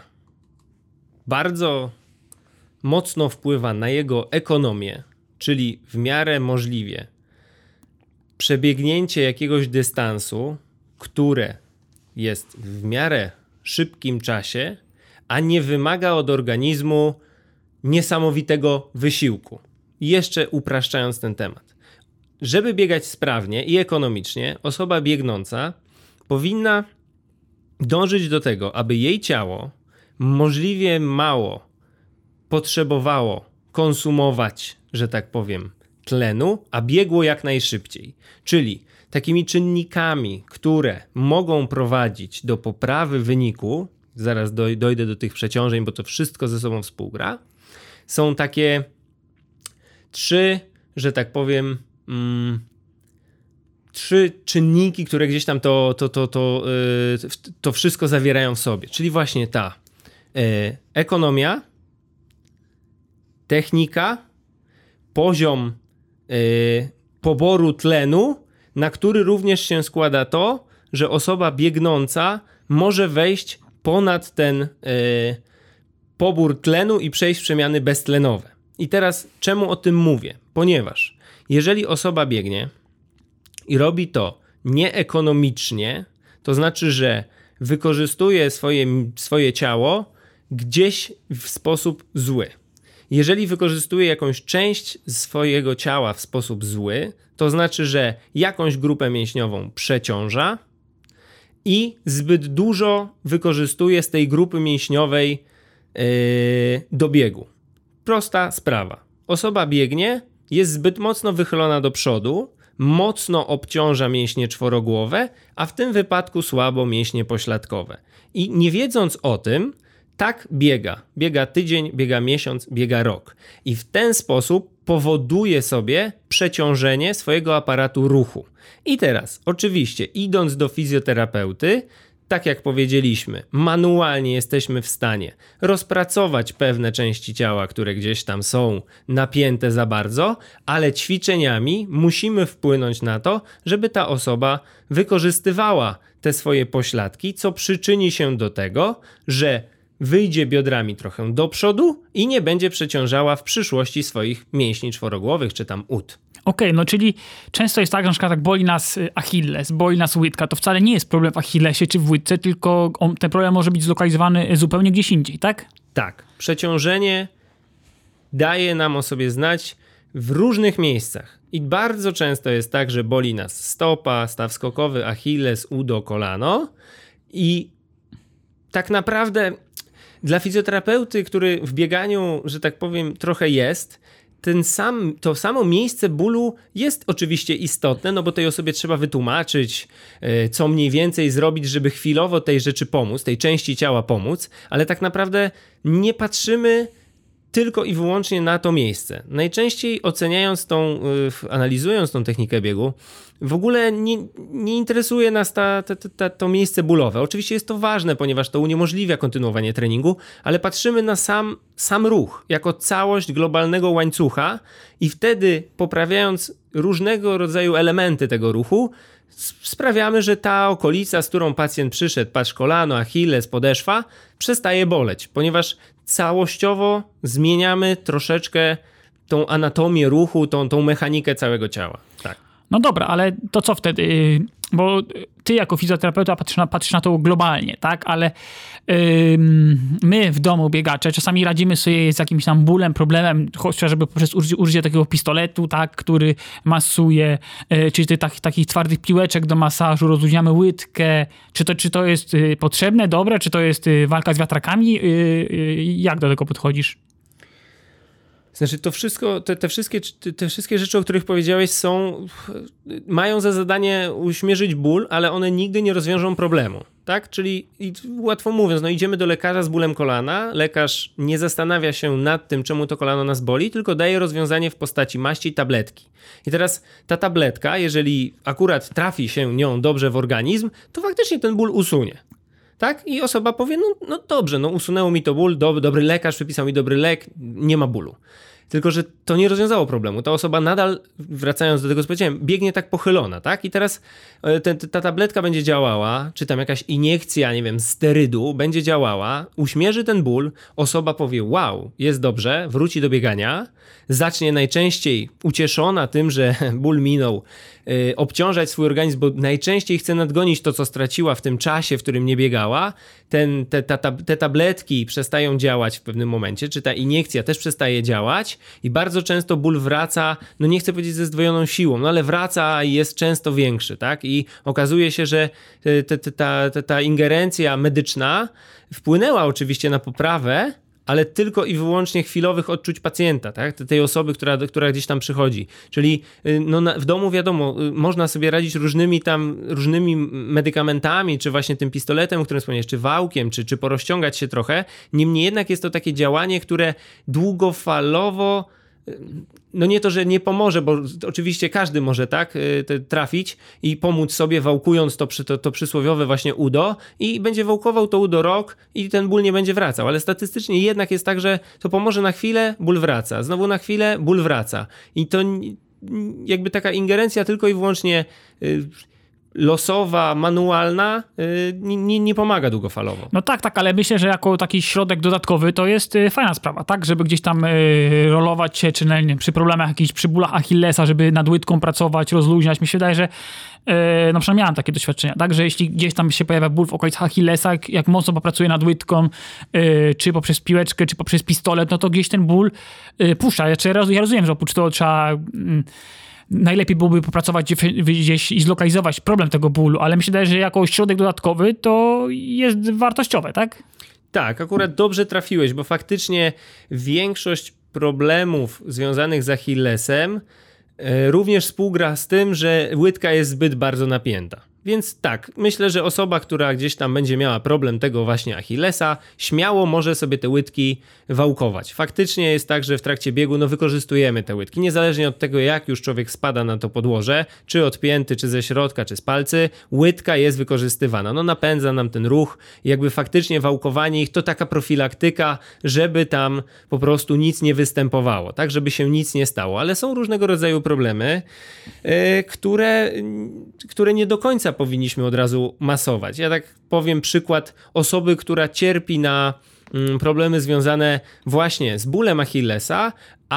[SPEAKER 1] bardzo mocno wpływa na jego ekonomię, czyli w miarę możliwie przebiegnięcie jakiegoś dystansu, które jest w miarę szybkim czasie, a nie wymaga od organizmu niesamowitego wysiłku. I jeszcze upraszczając ten temat. Żeby biegać sprawnie i ekonomicznie, osoba biegnąca powinna dążyć do tego, aby jej ciało możliwie mało potrzebowało konsumować, że tak powiem, tlenu, a biegło jak najszybciej. Czyli takimi czynnikami, które mogą prowadzić do poprawy wyniku, zaraz doj- dojdę do tych przeciążeń, bo to wszystko ze sobą współgra, są takie trzy, że tak powiem, mm, trzy czynniki, które gdzieś tam to, to, to, to, yy, to wszystko zawierają w sobie. Czyli właśnie ta yy, ekonomia, technika, poziom yy, poboru tlenu, na który również się składa to, że osoba biegnąca może wejść ponad ten yy, pobór tlenu i przejść w przemiany beztlenowe. I teraz czemu o tym mówię? Ponieważ jeżeli osoba biegnie i robi to nieekonomicznie, to znaczy, że wykorzystuje swoje, swoje ciało gdzieś w sposób zły. Jeżeli wykorzystuje jakąś część swojego ciała w sposób zły, to znaczy, że jakąś grupę mięśniową przeciąża i zbyt dużo wykorzystuje z tej grupy mięśniowej yy, do biegu. Prosta sprawa. Osoba biegnie, jest zbyt mocno wychylona do przodu, mocno obciąża mięśnie czworogłowe, a w tym wypadku słabo mięśnie pośladkowe. I nie wiedząc o tym, tak biega. Biega tydzień, biega miesiąc, biega rok. I w ten sposób powoduje sobie przeciążenie swojego aparatu ruchu. I teraz, oczywiście, idąc do fizjoterapeuty, tak jak powiedzieliśmy, manualnie jesteśmy w stanie rozpracować pewne części ciała, które gdzieś tam są napięte za bardzo, ale ćwiczeniami musimy wpłynąć na to, żeby ta osoba wykorzystywała te swoje pośladki, co przyczyni się do tego, że wyjdzie biodrami trochę do przodu i nie będzie przeciążała w przyszłości swoich mięśni czworogłowych czy tam ud.
[SPEAKER 2] Okej, okay, no czyli często jest tak, że na przykład jak boli nas Achilles, boli nas łydka, to wcale nie jest problem w Achillesie czy w łydce, tylko on, ten problem może być zlokalizowany zupełnie gdzieś indziej, tak?
[SPEAKER 1] Tak. Przeciążenie daje nam o sobie znać w różnych miejscach. I bardzo często jest tak, że boli nas stopa, staw skokowy, Achilles, udo, kolano. I tak naprawdę dla fizjoterapeuty, który w bieganiu, że tak powiem, trochę jest, ten sam, to samo miejsce bólu jest oczywiście istotne, no bo tej osobie trzeba wytłumaczyć, co mniej więcej zrobić, żeby chwilowo tej rzeczy pomóc, tej części ciała pomóc, ale tak naprawdę nie patrzymy tylko i wyłącznie na to miejsce. Najczęściej oceniając tą, analizując tą technikę biegu, w ogóle nie, nie interesuje nas ta, ta, ta, to miejsce bólowe. Oczywiście jest to ważne, ponieważ to uniemożliwia kontynuowanie treningu, ale patrzymy na sam, sam ruch, jako całość globalnego łańcucha i wtedy poprawiając różnego rodzaju elementy tego ruchu, sprawiamy, że ta okolica, z którą pacjent przyszedł, patrz kolano, Achilles, podeszwa, przestaje boleć, ponieważ całościowo zmieniamy troszeczkę tą anatomię ruchu, tą, tą mechanikę całego ciała. Tak.
[SPEAKER 2] No dobra, ale to co wtedy? Bo ty jako fizjoterapeuta patrzysz na, patrzysz na to globalnie, tak? Ale yy, my w domu, biegacze, czasami radzimy sobie z jakimś tam bólem, problemem, chociażby poprzez użycie, użycie takiego pistoletu, tak? Który masuje, yy, czy ty, tak, takich twardych piłeczek do masażu, rozluźniamy łydkę. Czy to, czy to jest yy, potrzebne, dobre? Czy to jest yy, walka z wiatrakami? Yy, yy, jak do tego podchodzisz?
[SPEAKER 1] Znaczy to wszystko, te, te, wszystkie, te wszystkie rzeczy, o których powiedziałeś są, mają za zadanie uśmierzyć ból, ale one nigdy nie rozwiążą problemu, tak? Czyli i łatwo mówiąc, no idziemy do lekarza z bólem kolana, lekarz nie zastanawia się nad tym, czemu to kolano nas boli, tylko daje rozwiązanie w postaci maści, tabletki. I teraz ta tabletka, jeżeli akurat trafi się nią dobrze w organizm, to faktycznie ten ból usunie. Tak? I osoba powie, no, no dobrze, no usunęło mi to ból, do, dobry lekarz wypisał mi dobry lek, nie ma bólu. Tylko że to nie rozwiązało problemu. Ta osoba nadal, wracając do tego, co powiedziałem, biegnie tak pochylona, tak? I teraz te, ta tabletka będzie działała, czy tam jakaś iniekcja, nie wiem, sterydu będzie działała, uśmierzy ten ból, osoba powie, wow, jest dobrze, wróci do biegania, zacznie najczęściej ucieszona tym, że ból minął, yy, obciążać swój organizm, bo najczęściej chce nadgonić to, co straciła w tym czasie, w którym nie biegała. Ten, te, ta, te tabletki przestają działać w pewnym momencie, czy ta iniekcja też przestaje działać i bardzo często ból wraca, no nie chcę powiedzieć ze zdwojoną siłą, no ale wraca i jest często większy, tak? I okazuje się, że te, te, ta, ta, ta ingerencja medyczna wpłynęła oczywiście na poprawę, ale tylko i wyłącznie chwilowych odczuć pacjenta, tak? Tej osoby, która, która gdzieś tam przychodzi. Czyli no, na, w domu wiadomo, można sobie radzić różnymi tam, różnymi medykamentami, czy właśnie tym pistoletem, o którym wspomniałeś, czy wałkiem, czy, czy porozciągać się trochę. Niemniej jednak jest to takie działanie, które długofalowo, no nie to, że nie pomoże, bo oczywiście każdy może tak trafić i pomóc sobie wałkując to, to, to przysłowiowe właśnie udo i będzie wałkował to udo rok i ten ból nie będzie wracał, ale statystycznie jednak jest tak, że to pomoże na chwilę, ból wraca, znowu na chwilę, ból wraca i to jakby taka ingerencja tylko i wyłącznie losowa, manualna nie, nie, nie pomaga długofalowo.
[SPEAKER 2] No tak, tak, ale myślę, że jako taki środek dodatkowy to jest y, fajna sprawa, tak? Żeby gdzieś tam y, rolować się, czy nie, przy problemach jakichś, przy bólach Achillesa, żeby nad łydką pracować, rozluźniać. Mi się wydaje, że y, no przynajmniej miałem takie doświadczenia, tak? Że jeśli gdzieś tam się pojawia ból w okolicach Achillesa, jak, jak mocno popracuję nad łydką, y, czy poprzez piłeczkę, czy poprzez pistolet, no to gdzieś ten ból y, puszcza. Ja, ja rozumiem, że oprócz tego trzeba... Y, najlepiej byłoby popracować gdzieś i zlokalizować problem tego bólu, ale mi się wydaje, że jako środek dodatkowy to jest wartościowe, tak?
[SPEAKER 1] Tak, akurat dobrze trafiłeś, bo faktycznie większość problemów związanych z Achillesem e, również współgra z tym, że łydka jest zbyt bardzo napięta. Więc tak, myślę, że osoba, która gdzieś tam będzie miała problem tego właśnie Achillesa, śmiało może sobie te łydki wałkować. Faktycznie jest tak, że w trakcie biegu no, wykorzystujemy te łydki, niezależnie od tego, jak już człowiek spada na to podłoże, czy od pięty, czy ze środka, czy z palcy, łydka jest wykorzystywana. No napędza nam ten ruch, jakby faktycznie wałkowanie ich to taka profilaktyka, żeby tam po prostu nic nie występowało, tak, żeby się nic nie stało. Ale są różnego rodzaju problemy, yy, które, które nie do końca powinniśmy od razu masować. Ja tak powiem przykład osoby, która cierpi na mm, problemy związane właśnie z bólem Achillesa,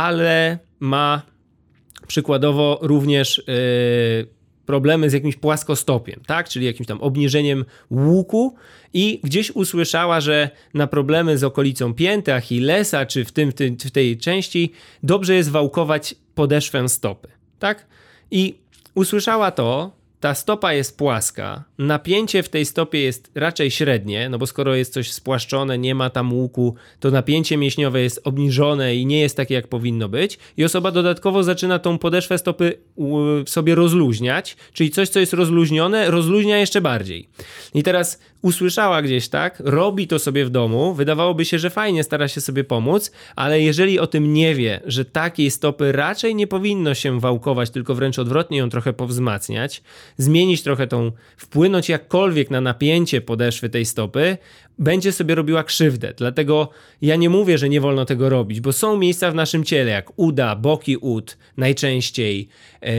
[SPEAKER 1] ale ma przykładowo również yy, problemy z jakimś płaskostopiem, tak? Czyli jakimś tam obniżeniem łuku i gdzieś usłyszała, że na problemy z okolicą pięty, Achillesa, czy w, tym, w, tym, w tej części dobrze jest wałkować podeszwę stopy, tak? I usłyszała to, ta stopa jest płaska, napięcie w tej stopie jest raczej średnie, no bo skoro jest coś spłaszczone, nie ma tam łuku, to napięcie mięśniowe jest obniżone i nie jest takie, jak powinno być i osoba dodatkowo zaczyna tą podeszwę stopy sobie rozluźniać, czyli coś, co jest rozluźnione, rozluźnia jeszcze bardziej. I teraz usłyszała gdzieś tak, robi to sobie w domu, wydawałoby się, że fajnie, stara się sobie pomóc, ale jeżeli o tym nie wie, że takiej stopy raczej nie powinno się wałkować, tylko wręcz odwrotnie ją trochę powzmacniać, zmienić trochę tą, wpłynąć jakkolwiek na napięcie podeszwy tej stopy, będzie sobie robiła krzywdę. Dlatego ja nie mówię, że nie wolno tego robić, bo są miejsca w naszym ciele, jak uda, boki ud, najczęściej yy,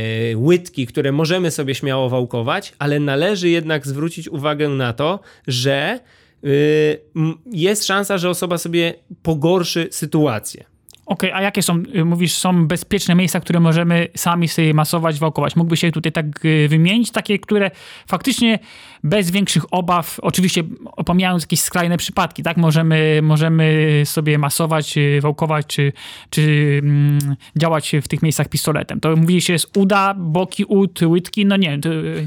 [SPEAKER 1] łydki, które możemy sobie śmiało wałkować, ale należy jednak zwrócić uwagę na to, że yy, jest szansa, że osoba sobie pogorszy sytuację.
[SPEAKER 2] Okej, okay, a jakie są, mówisz, są bezpieczne miejsca, które możemy sami sobie masować, wałkować? Mógłbyś się tutaj tak wymienić? Takie, które faktycznie bez większych obaw, oczywiście pomijając jakieś skrajne przypadki, tak? Możemy, możemy sobie masować, wałkować, czy, czy mm, działać w tych miejscach pistoletem. To mówisz, jest uda, boki ud, łydki, no nie. To...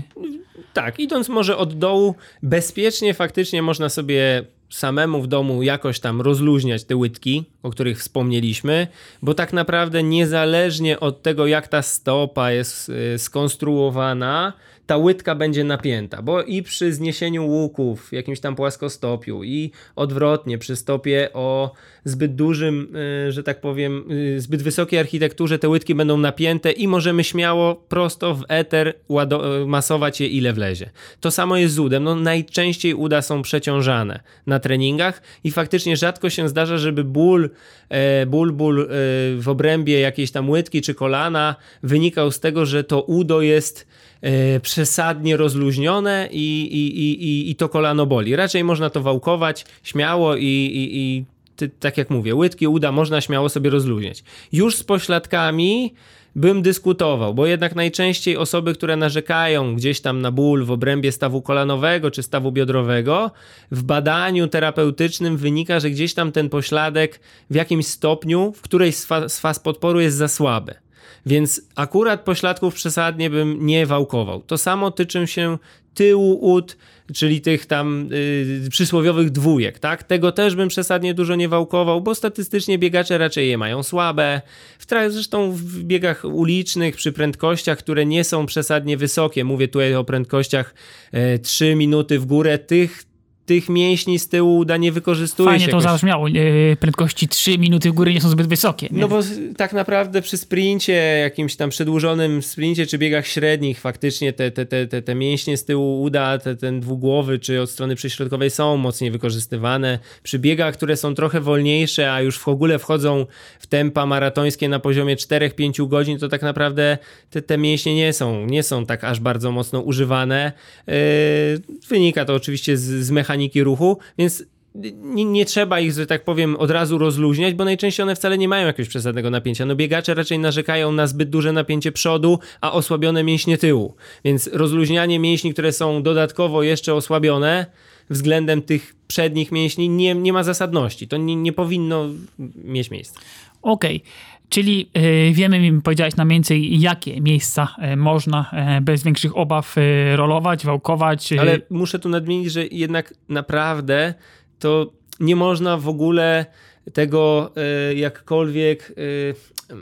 [SPEAKER 1] Tak, idąc może od dołu, bezpiecznie faktycznie można sobie samemu w domu jakoś tam rozluźniać te łydki, o których wspomnieliśmy, bo tak naprawdę niezależnie od tego, jak ta stopa jest skonstruowana, ta łydka będzie napięta, bo i przy zniesieniu łuków w jakimś tam płaskostopiu i odwrotnie przy stopie o zbyt dużym, że tak powiem, zbyt wysokiej architekturze te łydki będą napięte i możemy śmiało prosto w eter łado- masować je ile wlezie. To samo jest z udem, no najczęściej uda są przeciążane na treningach i faktycznie rzadko się zdarza, żeby ból, ból, ból w obrębie jakiejś tam łydki czy kolana wynikał z tego, że to udo jest przesadnie rozluźnione i, i, i, i to kolano boli. Raczej można to wałkować śmiało i, i, i ty, tak jak mówię, łydki, uda można śmiało sobie rozluźniać. Już z pośladkami bym dyskutował, bo jednak najczęściej osoby, które narzekają gdzieś tam na ból w obrębie stawu kolanowego czy stawu biodrowego, w badaniu terapeutycznym wynika, że gdzieś tam ten pośladek w jakimś stopniu, w którejś z faz, z faz podporu jest za słaby. Więc akurat pośladków przesadnie bym nie wałkował. To samo tyczy się tyłu ud, czyli tych tam yy, przysłowiowych dwójek, tak? Tego też bym przesadnie dużo nie wałkował, bo statystycznie biegacze raczej je mają słabe. W tra- zresztą w biegach ulicznych przy prędkościach, które nie są przesadnie wysokie, mówię tutaj o prędkościach yy, trzy minuty w górę, tych tych mięśni z tyłu uda nie wykorzystuje
[SPEAKER 2] Fajnie
[SPEAKER 1] się
[SPEAKER 2] to
[SPEAKER 1] jakoś...
[SPEAKER 2] zabrzmiało. Yy, prędkości trzy minuty w górę nie są zbyt wysokie. Nie?
[SPEAKER 1] No bo tak naprawdę przy sprincie, jakimś tam przedłużonym sprincie czy biegach średnich faktycznie te, te, te, te, te mięśnie z tyłu uda, te, ten dwugłowy czy od strony przyśrodkowej są mocniej wykorzystywane. Przy biegach, które są trochę wolniejsze, a już w ogóle wchodzą w tempa maratońskie na poziomie cztery do pięciu godzin, to tak naprawdę te, te mięśnie nie są, nie są tak aż bardzo mocno używane. Yy, wynika to oczywiście z, z mechaniki ruchu, więc Nie, nie trzeba ich, że tak powiem, od razu rozluźniać, bo najczęściej one wcale nie mają jakiegoś przesadnego napięcia. No biegacze raczej narzekają na zbyt duże napięcie przodu, a osłabione mięśnie tyłu. Więc rozluźnianie mięśni, które są dodatkowo jeszcze osłabione względem tych przednich mięśni nie, nie ma zasadności. To nie, nie powinno mieć miejsca.
[SPEAKER 2] Okej. Okay. Czyli y, wiemy, powiedziałeś nam mniej więcej, jakie miejsca y, można y, bez większych obaw y, rolować, wałkować. Y.
[SPEAKER 1] Ale muszę tu nadmienić, że jednak naprawdę to nie można w ogóle tego y, jakkolwiek... Y,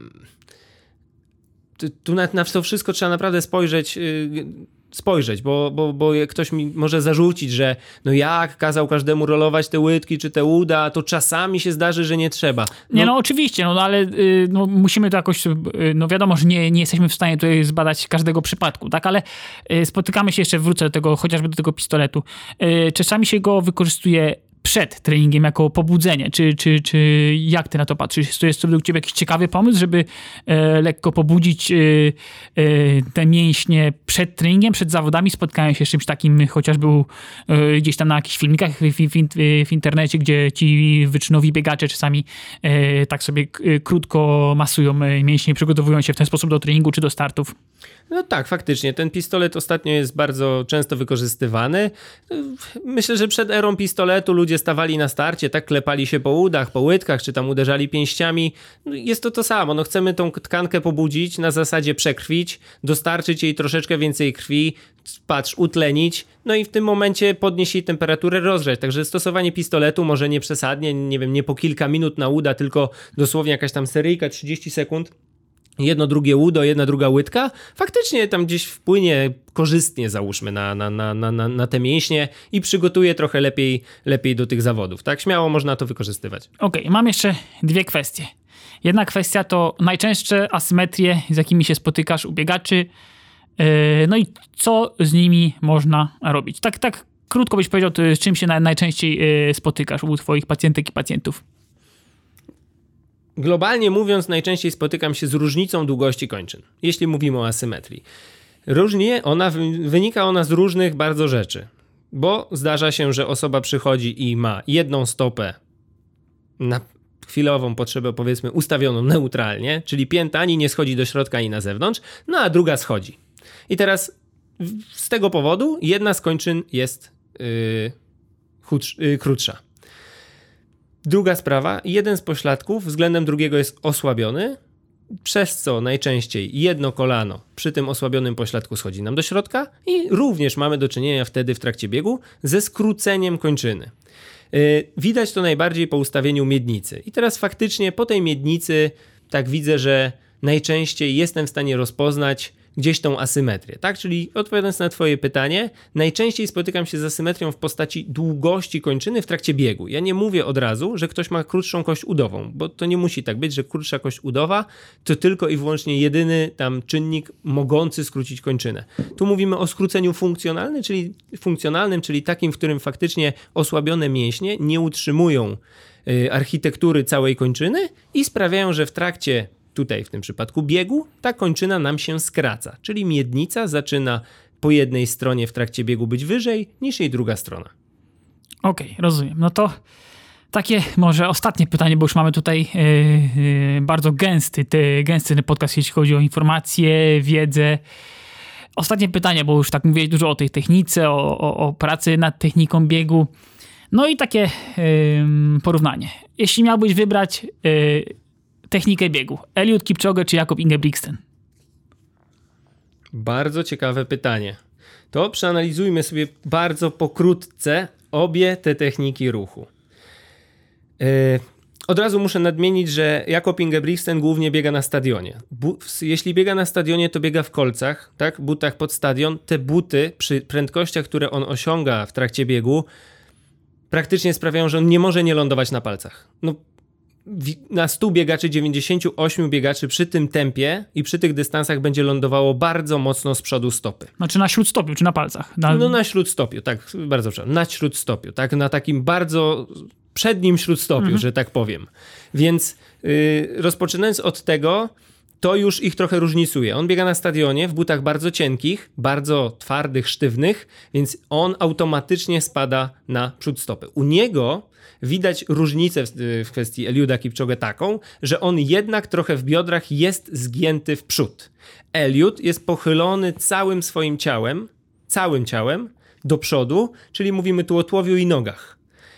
[SPEAKER 1] y, tu na, na to wszystko trzeba naprawdę spojrzeć... Y, spojrzeć, bo, bo, bo ktoś mi może zarzucić, że no jak kazał każdemu rolować te łydki czy te uda, to czasami się zdarzy, że nie trzeba.
[SPEAKER 2] No, nie, no oczywiście, no ale y, no, musimy to jakoś, y, no wiadomo, że nie, nie jesteśmy w stanie tutaj zbadać każdego przypadku, tak, ale y, spotykamy się jeszcze, wrócę do tego, chociażby do tego pistoletu. Y, czasami się go wykorzystuje przed treningiem jako pobudzenie, czy, czy, czy jak ty na to patrzysz? To jest to według ciebie jakiś ciekawy pomysł, żeby e, lekko pobudzić e, e, te mięśnie przed treningiem, przed zawodami? Spotkałem się z czymś takim chociażby e, gdzieś tam na jakichś filmikach w, w, w internecie, gdzie ci wyczynowi biegacze czasami e, tak sobie k- krótko masują mięśnie i przygotowują się w ten sposób do treningu czy do startów.
[SPEAKER 1] No tak, faktycznie. Ten pistolet ostatnio jest bardzo często wykorzystywany. Myślę, że przed erą pistoletu ludzie stawali na starcie, tak klepali się po udach, po łydkach, czy tam uderzali pięściami. Jest to to samo. No, chcemy tą tkankę pobudzić, na zasadzie przekrwić, dostarczyć jej troszeczkę więcej krwi, patrz, utlenić, no i w tym momencie podnieść jej temperaturę, rozgrzać. Także stosowanie pistoletu może nie przesadnie, nie wiem, nie po kilka minut na uda, tylko dosłownie jakaś tam seryjka, trzydzieści sekund. Jedno, drugie udo, jedna, druga łydka, faktycznie tam gdzieś wpłynie korzystnie, załóżmy, na, na, na, na, na te mięśnie i przygotuje trochę lepiej, lepiej do tych zawodów. Tak, śmiało można to wykorzystywać.
[SPEAKER 2] Okej, okay, mam jeszcze dwie kwestie. Jedna kwestia to najczęstsze asymetrie, z jakimi się spotykasz u biegaczy, yy, no i co z nimi można robić. Tak, tak krótko byś powiedział, z czym się najczęściej yy, spotykasz u twoich pacjentek i pacjentów.
[SPEAKER 1] Globalnie mówiąc, najczęściej spotykam się z różnicą długości kończyn, jeśli mówimy o asymetrii. Różnie ona, wynika ona z różnych bardzo rzeczy, bo zdarza się, że osoba przychodzi i ma jedną stopę na chwilową potrzebę, powiedzmy, ustawioną neutralnie, czyli pięta ani nie schodzi do środka, ani na zewnątrz, no a druga schodzi. I teraz z tego powodu jedna z kończyn jest yy, chudsz, yy, krótsza. Druga sprawa, jeden z pośladków względem drugiego jest osłabiony, przez co najczęściej jedno kolano przy tym osłabionym pośladku schodzi nam do środka i również mamy do czynienia wtedy w trakcie biegu ze skróceniem kończyny. Yy, widać to najbardziej po ustawieniu miednicy. I teraz faktycznie po tej miednicy tak widzę, że najczęściej jestem w stanie rozpoznać gdzieś tą asymetrię, tak? Czyli odpowiadając na twoje pytanie, najczęściej spotykam się z asymetrią w postaci długości kończyny w trakcie biegu. Ja nie mówię od razu, że ktoś ma krótszą kość udową, bo to nie musi tak być, że krótsza kość udowa to tylko i wyłącznie jedyny tam czynnik mogący skrócić kończynę. Tu mówimy o skróceniu funkcjonalnym, czyli funkcjonalnym, czyli takim, w którym faktycznie osłabione mięśnie nie utrzymują y, architektury całej kończyny i sprawiają, że w trakcie tutaj w tym przypadku biegu, ta kończyna nam się skraca, czyli miednica zaczyna po jednej stronie w trakcie biegu być wyżej niż jej druga strona.
[SPEAKER 2] Okej, okay, rozumiem. No to takie może ostatnie pytanie, bo już mamy tutaj yy, yy, bardzo gęsty, te, gęsty ten podcast, jeśli chodzi o informacje, wiedzę. Ostatnie pytanie, bo już tak mówiłeś dużo o tej technice, o, o, o pracy nad techniką biegu. No i takie yy, porównanie. Jeśli miałbyś wybrać yy, technikę biegu, Eliud Kipchoge czy Jakob Ingebrigtsen?
[SPEAKER 1] Bardzo ciekawe pytanie. To przeanalizujmy sobie bardzo pokrótce obie te techniki ruchu. Yy, od razu muszę nadmienić, że Jakob Ingebrigtsen głównie biega na stadionie. Bu- jeśli biega na stadionie, to biega w kolcach, tak, butach pod stadion. Te buty przy prędkościach, które on osiąga w trakcie biegu, praktycznie sprawiają, że on nie może nie lądować na palcach. No, na stu biegaczy, dziewięćdziesięciu ośmiu biegaczy przy tym tempie i przy tych dystansach będzie lądowało bardzo mocno z przodu stopy.
[SPEAKER 2] Znaczy na śródstopiu, czy na palcach? Na...
[SPEAKER 1] No na śródstopiu, tak, bardzo przepraszam, na śródstopiu, tak, na takim bardzo przednim śródstopiu, mhm. że tak powiem. Więc yy, rozpoczynając od tego, to już ich trochę różnicuje. On biega na stadionie w butach bardzo cienkich, bardzo twardych, sztywnych, więc on automatycznie spada na przód stopy. U niego widać różnicę w, w kwestii Eliuda Kipchoge taką, że on jednak trochę w biodrach jest zgięty w przód. Eliud jest pochylony całym swoim ciałem, całym ciałem do przodu, czyli mówimy tu o tułowiu i nogach.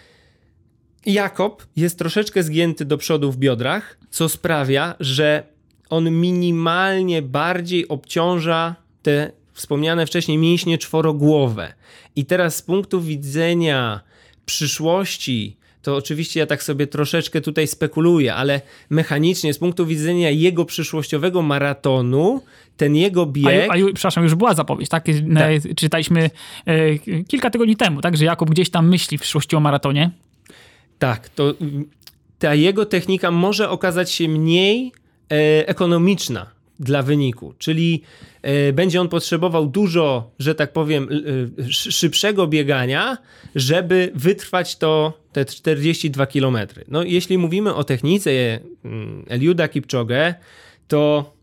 [SPEAKER 1] Jakob jest troszeczkę zgięty do przodu w biodrach, co sprawia, że on minimalnie bardziej obciąża te wspomniane wcześniej mięśnie czworogłowe. I teraz z punktu widzenia przyszłości, to oczywiście ja tak sobie troszeczkę tutaj spekuluję, ale mechanicznie z punktu widzenia jego przyszłościowego maratonu, ten jego bieg...
[SPEAKER 2] A, a przepraszam, już była zapowiedź, tak? tak. Czytaliśmy e, kilka tygodni temu, tak? Że Jakub gdzieś tam myśli w przyszłości o maratonie.
[SPEAKER 1] Tak, to ta jego technika może okazać się mniej e, ekonomiczna dla wyniku, czyli e, będzie on potrzebował dużo, że tak powiem, e, szybszego biegania, żeby wytrwać to te czterdzieści dwa kilometry. No jeśli mówimy o technice e, Eliuda Kipchoge, to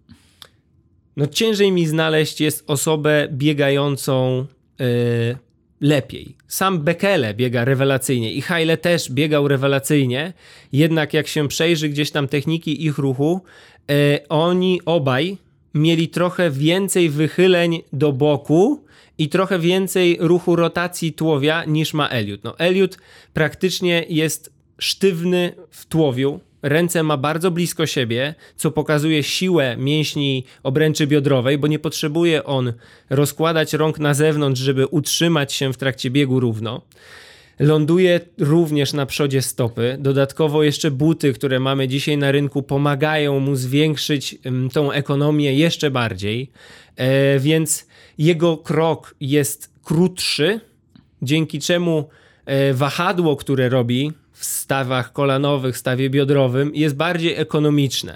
[SPEAKER 1] no, ciężej mi znaleźć jest osobę biegającą e, lepiej. Sam Bekele biega rewelacyjnie i Haile też biegał rewelacyjnie, jednak jak się przejrzy gdzieś tam techniki ich ruchu, e, oni obaj mieli trochę więcej wychyleń do boku i trochę więcej ruchu rotacji tułowia niż ma Eliud. No, Eliud praktycznie jest sztywny w tułowiu, ręce ma bardzo blisko siebie, co pokazuje siłę mięśni obręczy biodrowej, bo nie potrzebuje on rozkładać rąk na zewnątrz, żeby utrzymać się w trakcie biegu równo. Ląduje również na przodzie stopy. Dodatkowo jeszcze buty, które mamy dzisiaj na rynku, pomagają mu zwiększyć tą ekonomię jeszcze bardziej, e, więc jego krok jest krótszy, dzięki czemu e, wahadło, które robi w stawach kolanowych, stawie biodrowym jest bardziej ekonomiczne.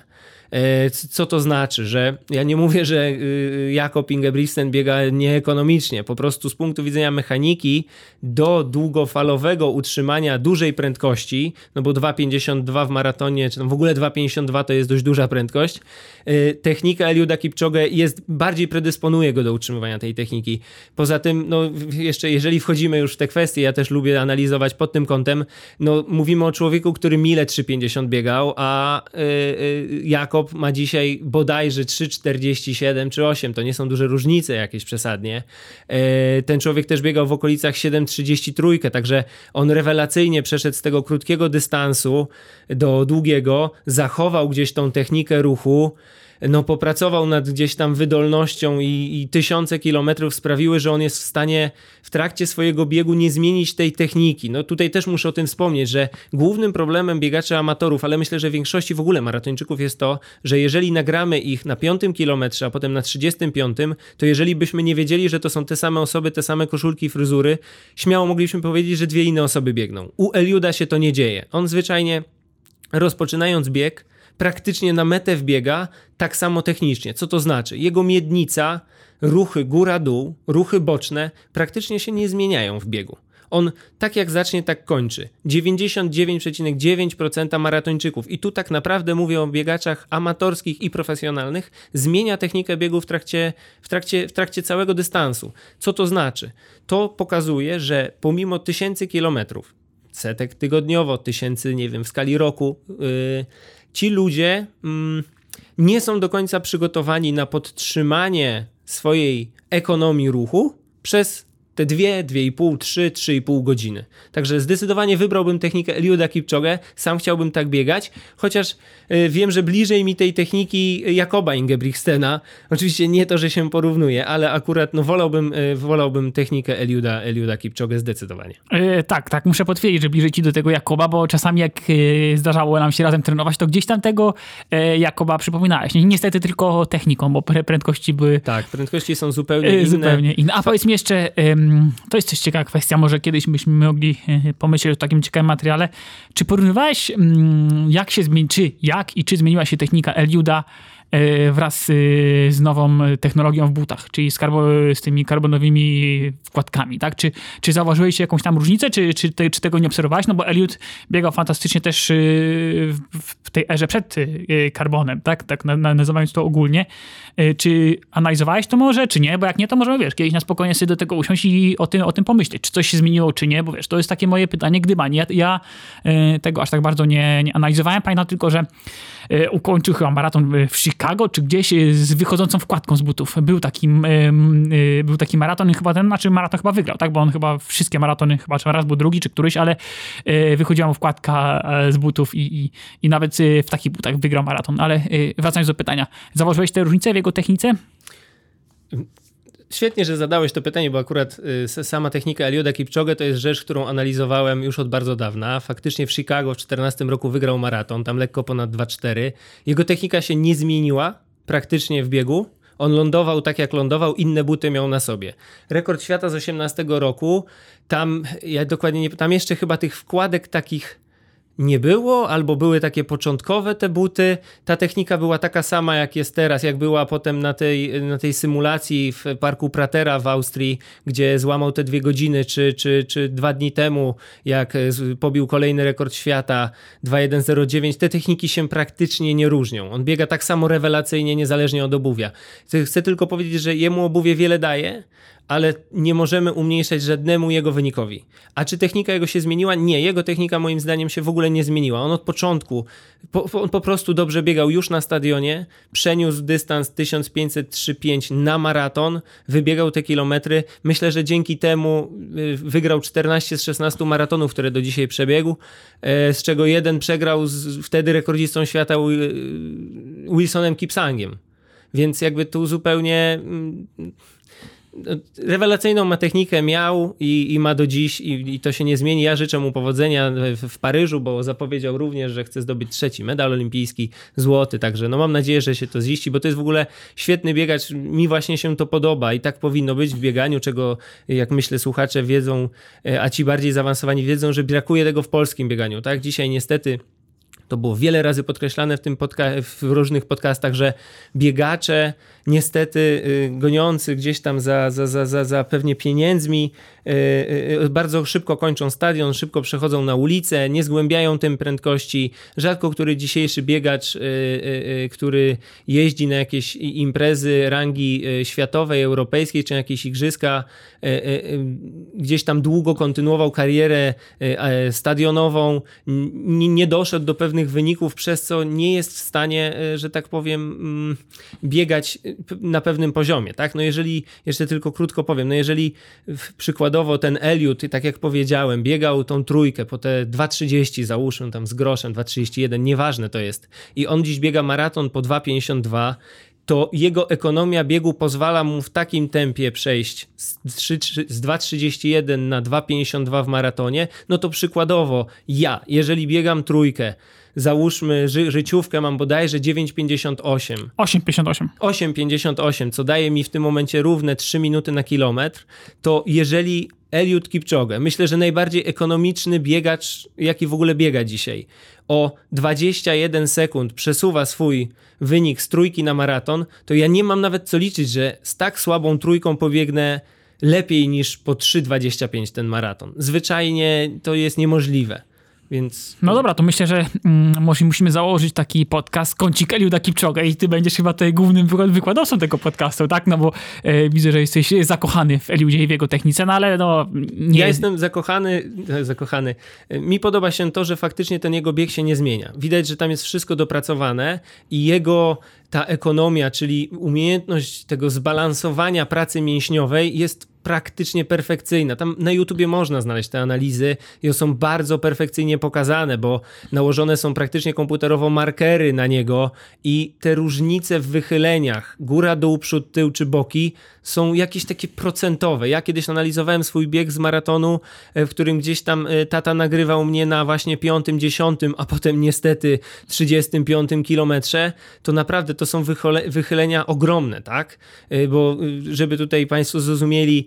[SPEAKER 1] Co to znaczy? Że ja nie mówię, że Jakob Ingebrigtsen biega nieekonomicznie. Po prostu z punktu widzenia mechaniki do długofalowego utrzymania dużej prędkości, no bo dwa pięćdziesiąt dwa w maratonie, czy tam w ogóle dwa pięćdziesiąt dwa to jest dość duża prędkość, technika Eliuda Kipchoge jest, bardziej predysponuje go do utrzymywania tej techniki. Poza tym, no jeszcze jeżeli wchodzimy już w te kwestie, ja też lubię analizować pod tym kątem, no mówimy o człowieku, który mile trzy pięćdziesiąt biegał, a yy, Jakob ma dzisiaj bodajże trzy czterdzieści siedem czy osiem, to nie są duże różnice jakieś przesadnie. Ten człowiek też biegał w okolicach siedem trzydzieści trzy, także on rewelacyjnie przeszedł z tego krótkiego dystansu do długiego, zachował gdzieś tą technikę ruchu, no popracował nad gdzieś tam wydolnością i, i tysiące kilometrów sprawiły, że on jest w stanie w trakcie swojego biegu nie zmienić tej techniki. No tutaj też muszę o tym wspomnieć, że głównym problemem biegaczy amatorów, ale myślę, że w większości w ogóle maratończyków jest to, że jeżeli nagramy ich na piątym kilometrze, a potem na trzydziestym piątym, to jeżeli byśmy nie wiedzieli, że to są te same osoby, te same koszulki, fryzury, śmiało moglibyśmy powiedzieć, że dwie inne osoby biegną. U Eliuda się to nie dzieje. On zwyczajnie rozpoczynając bieg, praktycznie na metę wbiega tak samo technicznie. Co to znaczy? Jego miednica, ruchy góra-dół, ruchy boczne praktycznie się nie zmieniają w biegu. On tak jak zacznie, tak kończy. dziewięćdziesiąt dziewięć przecinek dziewięć procent maratończyków i tu tak naprawdę mówię o biegaczach amatorskich i profesjonalnych, zmienia technikę biegu w trakcie, w trakcie, w trakcie całego dystansu. Co to znaczy? To pokazuje, że pomimo tysięcy kilometrów, setek tygodniowo, tysięcy, nie wiem, w skali roku, yy, ci ludzie mm, nie są do końca przygotowani na podtrzymanie swojej ekonomii ruchu przez te dwie, dwie i pół, trzy, trzy i pół godziny. Także zdecydowanie wybrałbym technikę Eliuda Kipchoge, sam chciałbym tak biegać, chociaż y, wiem, że bliżej mi tej techniki Jakoba Ingebrigtsena. Oczywiście nie to, że się porównuje, ale akurat no, wolałbym, y, wolałbym technikę Eliuda, Eliuda Kipchoge zdecydowanie.
[SPEAKER 2] Yy, tak, tak, muszę potwierdzić, że bliżej ci do tego Jakoba, bo czasami jak yy, zdarzało nam się razem trenować, to gdzieś tam tego yy, Jakoba przypominałeś. Niestety tylko techniką, bo prędkości były...
[SPEAKER 1] Tak, prędkości są zupełnie
[SPEAKER 2] yy,
[SPEAKER 1] inne.
[SPEAKER 2] Zupełnie inne. A powiedz mi jeszcze... Yy, to jest też ciekawa kwestia, może kiedyś byśmy mogli pomyśleć o takim ciekawym materiale. Czy porównywałeś, jak się zmieni, czy jak i czy zmieniła się technika Eliuda wraz z nową technologią w butach, czyli z, karbo, z tymi karbonowymi wkładkami, tak? Czy, czy zauważyłeś jakąś tam różnicę, czy, czy, te, czy tego nie obserwowałeś? No bo Eliud biegał fantastycznie też w, w tej erze przed karbonem, tak? Tak nazywając to ogólnie. Czy analizowałeś to może, czy nie? Bo jak nie, to możemy, wiesz, kiedyś na spokojnie sobie do tego usiąść i o tym, o tym pomyśleć, czy coś się zmieniło, czy nie, bo wiesz, to jest takie moje pytanie, gdybanie. Ja, ja tego aż tak bardzo nie, nie analizowałem, pamiętam tylko, że ukończył chyba maraton w Chicago, czy gdzieś z wychodzącą wkładką z butów. Był taki, był taki maraton i chyba ten, znaczy maraton chyba wygrał, tak? Bo on chyba wszystkie maratony, chyba czy raz był drugi, czy któryś, ale wychodziła mu wkładka z butów i, i, i nawet w takich butach wygrał maraton. Ale wracając do pytania, zauważyłeś te różnice w jego technice?
[SPEAKER 1] Świetnie, że zadałeś to pytanie, bo akurat y, sama technika Eliuda Kipczogę to jest rzecz, którą analizowałem już od bardzo dawna. Faktycznie w Chicago w czternastym roku wygrał maraton, tam lekko ponad dwa cztery. Jego technika się nie zmieniła praktycznie w biegu. On lądował tak jak lądował, inne buty miał na sobie. Rekord świata z osiemnastego roku, tam ja dokładnie nie, tam jeszcze chyba tych wkładek takich nie było, albo były takie początkowe te buty. Ta technika była taka sama, jak jest teraz, jak była potem na tej, na tej symulacji w parku Pratera w Austrii, gdzie złamał te dwie godziny, czy, czy, czy dwa dni temu, jak pobił kolejny rekord świata dwa jeden zero dziewięć. Te techniki się praktycznie nie różnią. On biega tak samo rewelacyjnie, niezależnie od obuwia. Chcę tylko powiedzieć, że jemu obuwie wiele daje, ale nie możemy umniejszać żadnemu jego wynikowi. A czy technika jego się zmieniła? Nie, jego technika moim zdaniem się w ogóle nie zmieniła. On od początku, po, on po prostu dobrze biegał już na stadionie, przeniósł dystans tysiąc pięćset trzy pięć na maraton, wybiegał te kilometry. Myślę, że dzięki temu wygrał czternaście z szesnastu maratonów, które do dzisiaj przebiegł, z czego jeden przegrał z wtedy rekordzistą świata Wilsonem Kipsangiem. Więc jakby tu zupełnie... Rewelacyjną ma technikę, miał i, i ma do dziś i, i to się nie zmieni. Ja życzę mu powodzenia w, w Paryżu, bo zapowiedział również, że chce zdobyć trzeci medal olimpijski, złoty, także no mam nadzieję, że się to ziści, bo to jest w ogóle świetny biegacz, mi właśnie się to podoba i tak powinno być w bieganiu, czego jak myślę słuchacze wiedzą, a ci bardziej zaawansowani wiedzą, że brakuje tego w polskim bieganiu, tak? Dzisiaj niestety to było wiele razy podkreślane w tym podca- w różnych podcastach, że biegacze niestety y, goniący gdzieś tam za, za, za, za, za pewnie pieniędzmi y, y, bardzo szybko kończą stadion, szybko przechodzą na ulicę, nie zgłębiają tym prędkości. Rzadko który dzisiejszy biegacz, y, y, y, który jeździ na jakieś imprezy rangi y, światowej, europejskiej, czy na jakieś igrzyska, y, y, gdzieś tam długo kontynuował karierę y, y, stadionową, n- nie doszedł do pewnych wyników, przez co nie jest w stanie, że tak powiem, biegać na pewnym poziomie, tak? No jeżeli, jeszcze tylko krótko powiem, no jeżeli przykładowo ten Eliud, tak jak powiedziałem, biegał tą trójkę po te dwa trzydzieści, załóżmy tam z groszem, dwa trzydzieści jeden, nieważne to jest, i on dziś biega maraton po dwa pięćdziesiąt dwa, to jego ekonomia biegu pozwala mu w takim tempie przejść z dwa trzydzieści jeden na dwa pięćdziesiąt dwa w maratonie, no to przykładowo ja, jeżeli biegam trójkę, załóżmy ży- życiówkę mam bodajże dziewięć pięćdziesiąt osiem.
[SPEAKER 2] osiem pięćdziesiąt osiem.
[SPEAKER 1] osiem pięćdziesiąt osiem, co daje mi w tym momencie równe trzy minuty na kilometr, to jeżeli Eliud Kipczogę, myślę, że najbardziej ekonomiczny biegacz, jaki w ogóle biega dzisiaj, o dwadzieścia jeden sekund przesuwa swój wynik z trójki na maraton, to ja nie mam nawet co liczyć, że z tak słabą trójką pobiegnę lepiej niż po trzy dwadzieścia pięć ten maraton. Zwyczajnie to jest niemożliwe. Więc...
[SPEAKER 2] No dobra, to myślę, że mm, może musimy założyć taki podcast Kącik Eliuda Kipczogę i ty będziesz chyba tutaj głównym wykładowcą tego podcastu, tak? No bo e, widzę, że jesteś zakochany w Eliudzie i w jego technice, no ale no... Nie...
[SPEAKER 1] Ja jestem zakochany, zakochany. Mi podoba się to, że faktycznie ten jego bieg się nie zmienia. Widać, że tam jest wszystko dopracowane i jego ta ekonomia, czyli umiejętność tego zbalansowania pracy mięśniowej jest praktycznie perfekcyjna. Tam na YouTubie można znaleźć te analizy i one są bardzo perfekcyjnie pokazane, bo nałożone są praktycznie komputerowo markery na niego i te różnice w wychyleniach, góra, dół, przód, tył czy boki, są jakieś takie procentowe. Ja kiedyś analizowałem swój bieg z maratonu, w którym gdzieś tam tata nagrywał mnie na właśnie piątym, dziesiątym, a potem niestety trzydziestym piątym kilometrze, to naprawdę to są wychole- wychylenia ogromne, tak? Bo żeby tutaj Państwo zrozumieli,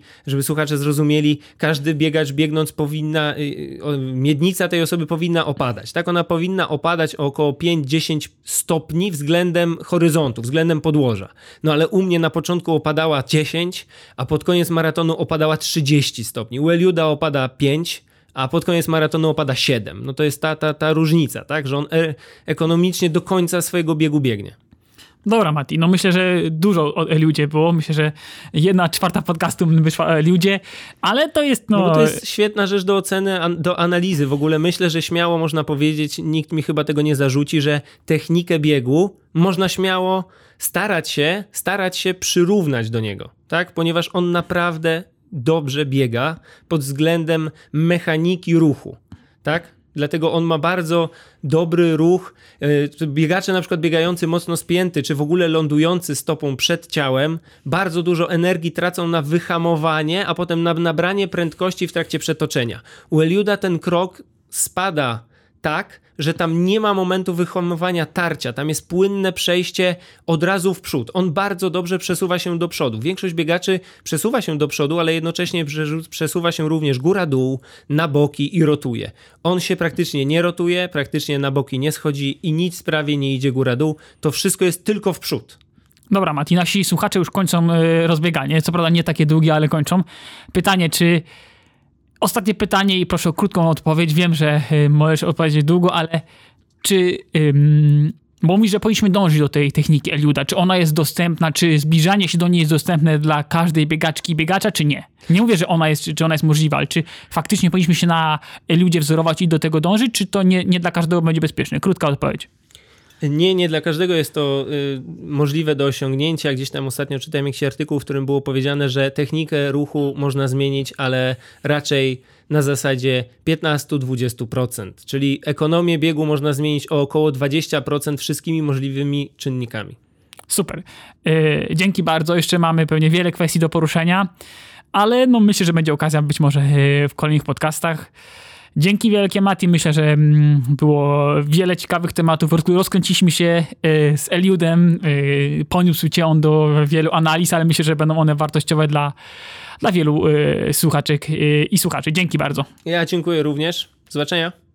[SPEAKER 1] żeby słuchacze zrozumieli, każdy biegacz biegnąc powinna, miednica tej osoby powinna opadać. Tak, ona powinna opadać o około pięć do dziesięciu stopni względem horyzontu, względem podłoża. No ale u mnie na początku opadała dziesięć, a pod koniec maratonu opadała trzydzieści stopni. U Eliuda opada pięć, a pod koniec maratonu opada siedem. No to jest ta, ta, ta różnica, tak, że on e- ekonomicznie do końca swojego biegu biegnie.
[SPEAKER 2] Dobra, Mati, no myślę, że dużo o Eliudzie było. Myślę, że jedna czwarta podcastu wyszła o Eliudzie, ale to jest no...
[SPEAKER 1] no bo to jest świetna rzecz do oceny, do analizy. W ogóle myślę, że śmiało można powiedzieć, nikt mi chyba tego nie zarzuci, że technikę biegu można śmiało starać się, starać się przyrównać do niego, tak? Ponieważ on naprawdę dobrze biega pod względem mechaniki ruchu, tak? Dlatego on ma bardzo dobry ruch. Biegacze na przykład biegający mocno spięty, czy w ogóle lądujący stopą przed ciałem, bardzo dużo energii tracą na wyhamowanie, a potem na nabranie prędkości w trakcie przetoczenia. U Eliuda ten krok spada tak, że tam nie ma momentu wyhamowania, tarcia, tam jest płynne przejście od razu w przód. On bardzo dobrze przesuwa się do przodu. Większość biegaczy przesuwa się do przodu, ale jednocześnie przesuwa się również góra-dół, na boki i rotuje. On się praktycznie nie rotuje, praktycznie na boki nie schodzi i nic prawie nie idzie góra-dół. To wszystko jest tylko w przód.
[SPEAKER 2] Dobra, Mati, nasi słuchacze już kończą rozbieganie. Co prawda nie takie długie, ale kończą. Pytanie, czy... Ostatnie pytanie i proszę o krótką odpowiedź. Wiem, że y, możesz odpowiedzieć długo, ale czy... Ym, bo mówisz, że powinniśmy dążyć do tej techniki Eliuda. Czy ona jest dostępna, czy zbliżanie się do niej jest dostępne dla każdej biegaczki i biegacza, czy nie? Nie mówię, że ona jest, czy ona jest możliwa, ale czy faktycznie powinniśmy się na Eliudzie wzorować i do tego dążyć, czy to nie, nie dla każdego będzie bezpieczne? Krótka odpowiedź.
[SPEAKER 1] Nie, nie dla każdego jest to y, możliwe do osiągnięcia. Gdzieś tam ostatnio czytałem jakiś artykuł, w którym było powiedziane, że technikę ruchu można zmienić, ale raczej na zasadzie piętnaście do dwudziestu procent. Czyli ekonomię biegu można zmienić o około dwadzieścia procent wszystkimi możliwymi czynnikami.
[SPEAKER 2] Super. Yy, dzięki bardzo. Jeszcze mamy pewnie wiele kwestii do poruszenia, ale no myślę, że będzie okazja być może yy, w kolejnych podcastach. Dzięki wielkie, Mati. Myślę, że było wiele ciekawych tematów. Rozkręciliśmy się z Eliudem. Poniósł cię on do wielu analiz, ale myślę, że będą one wartościowe dla, dla wielu słuchaczek i słuchaczy. Dzięki bardzo.
[SPEAKER 1] Ja dziękuję również. Do zobaczenia.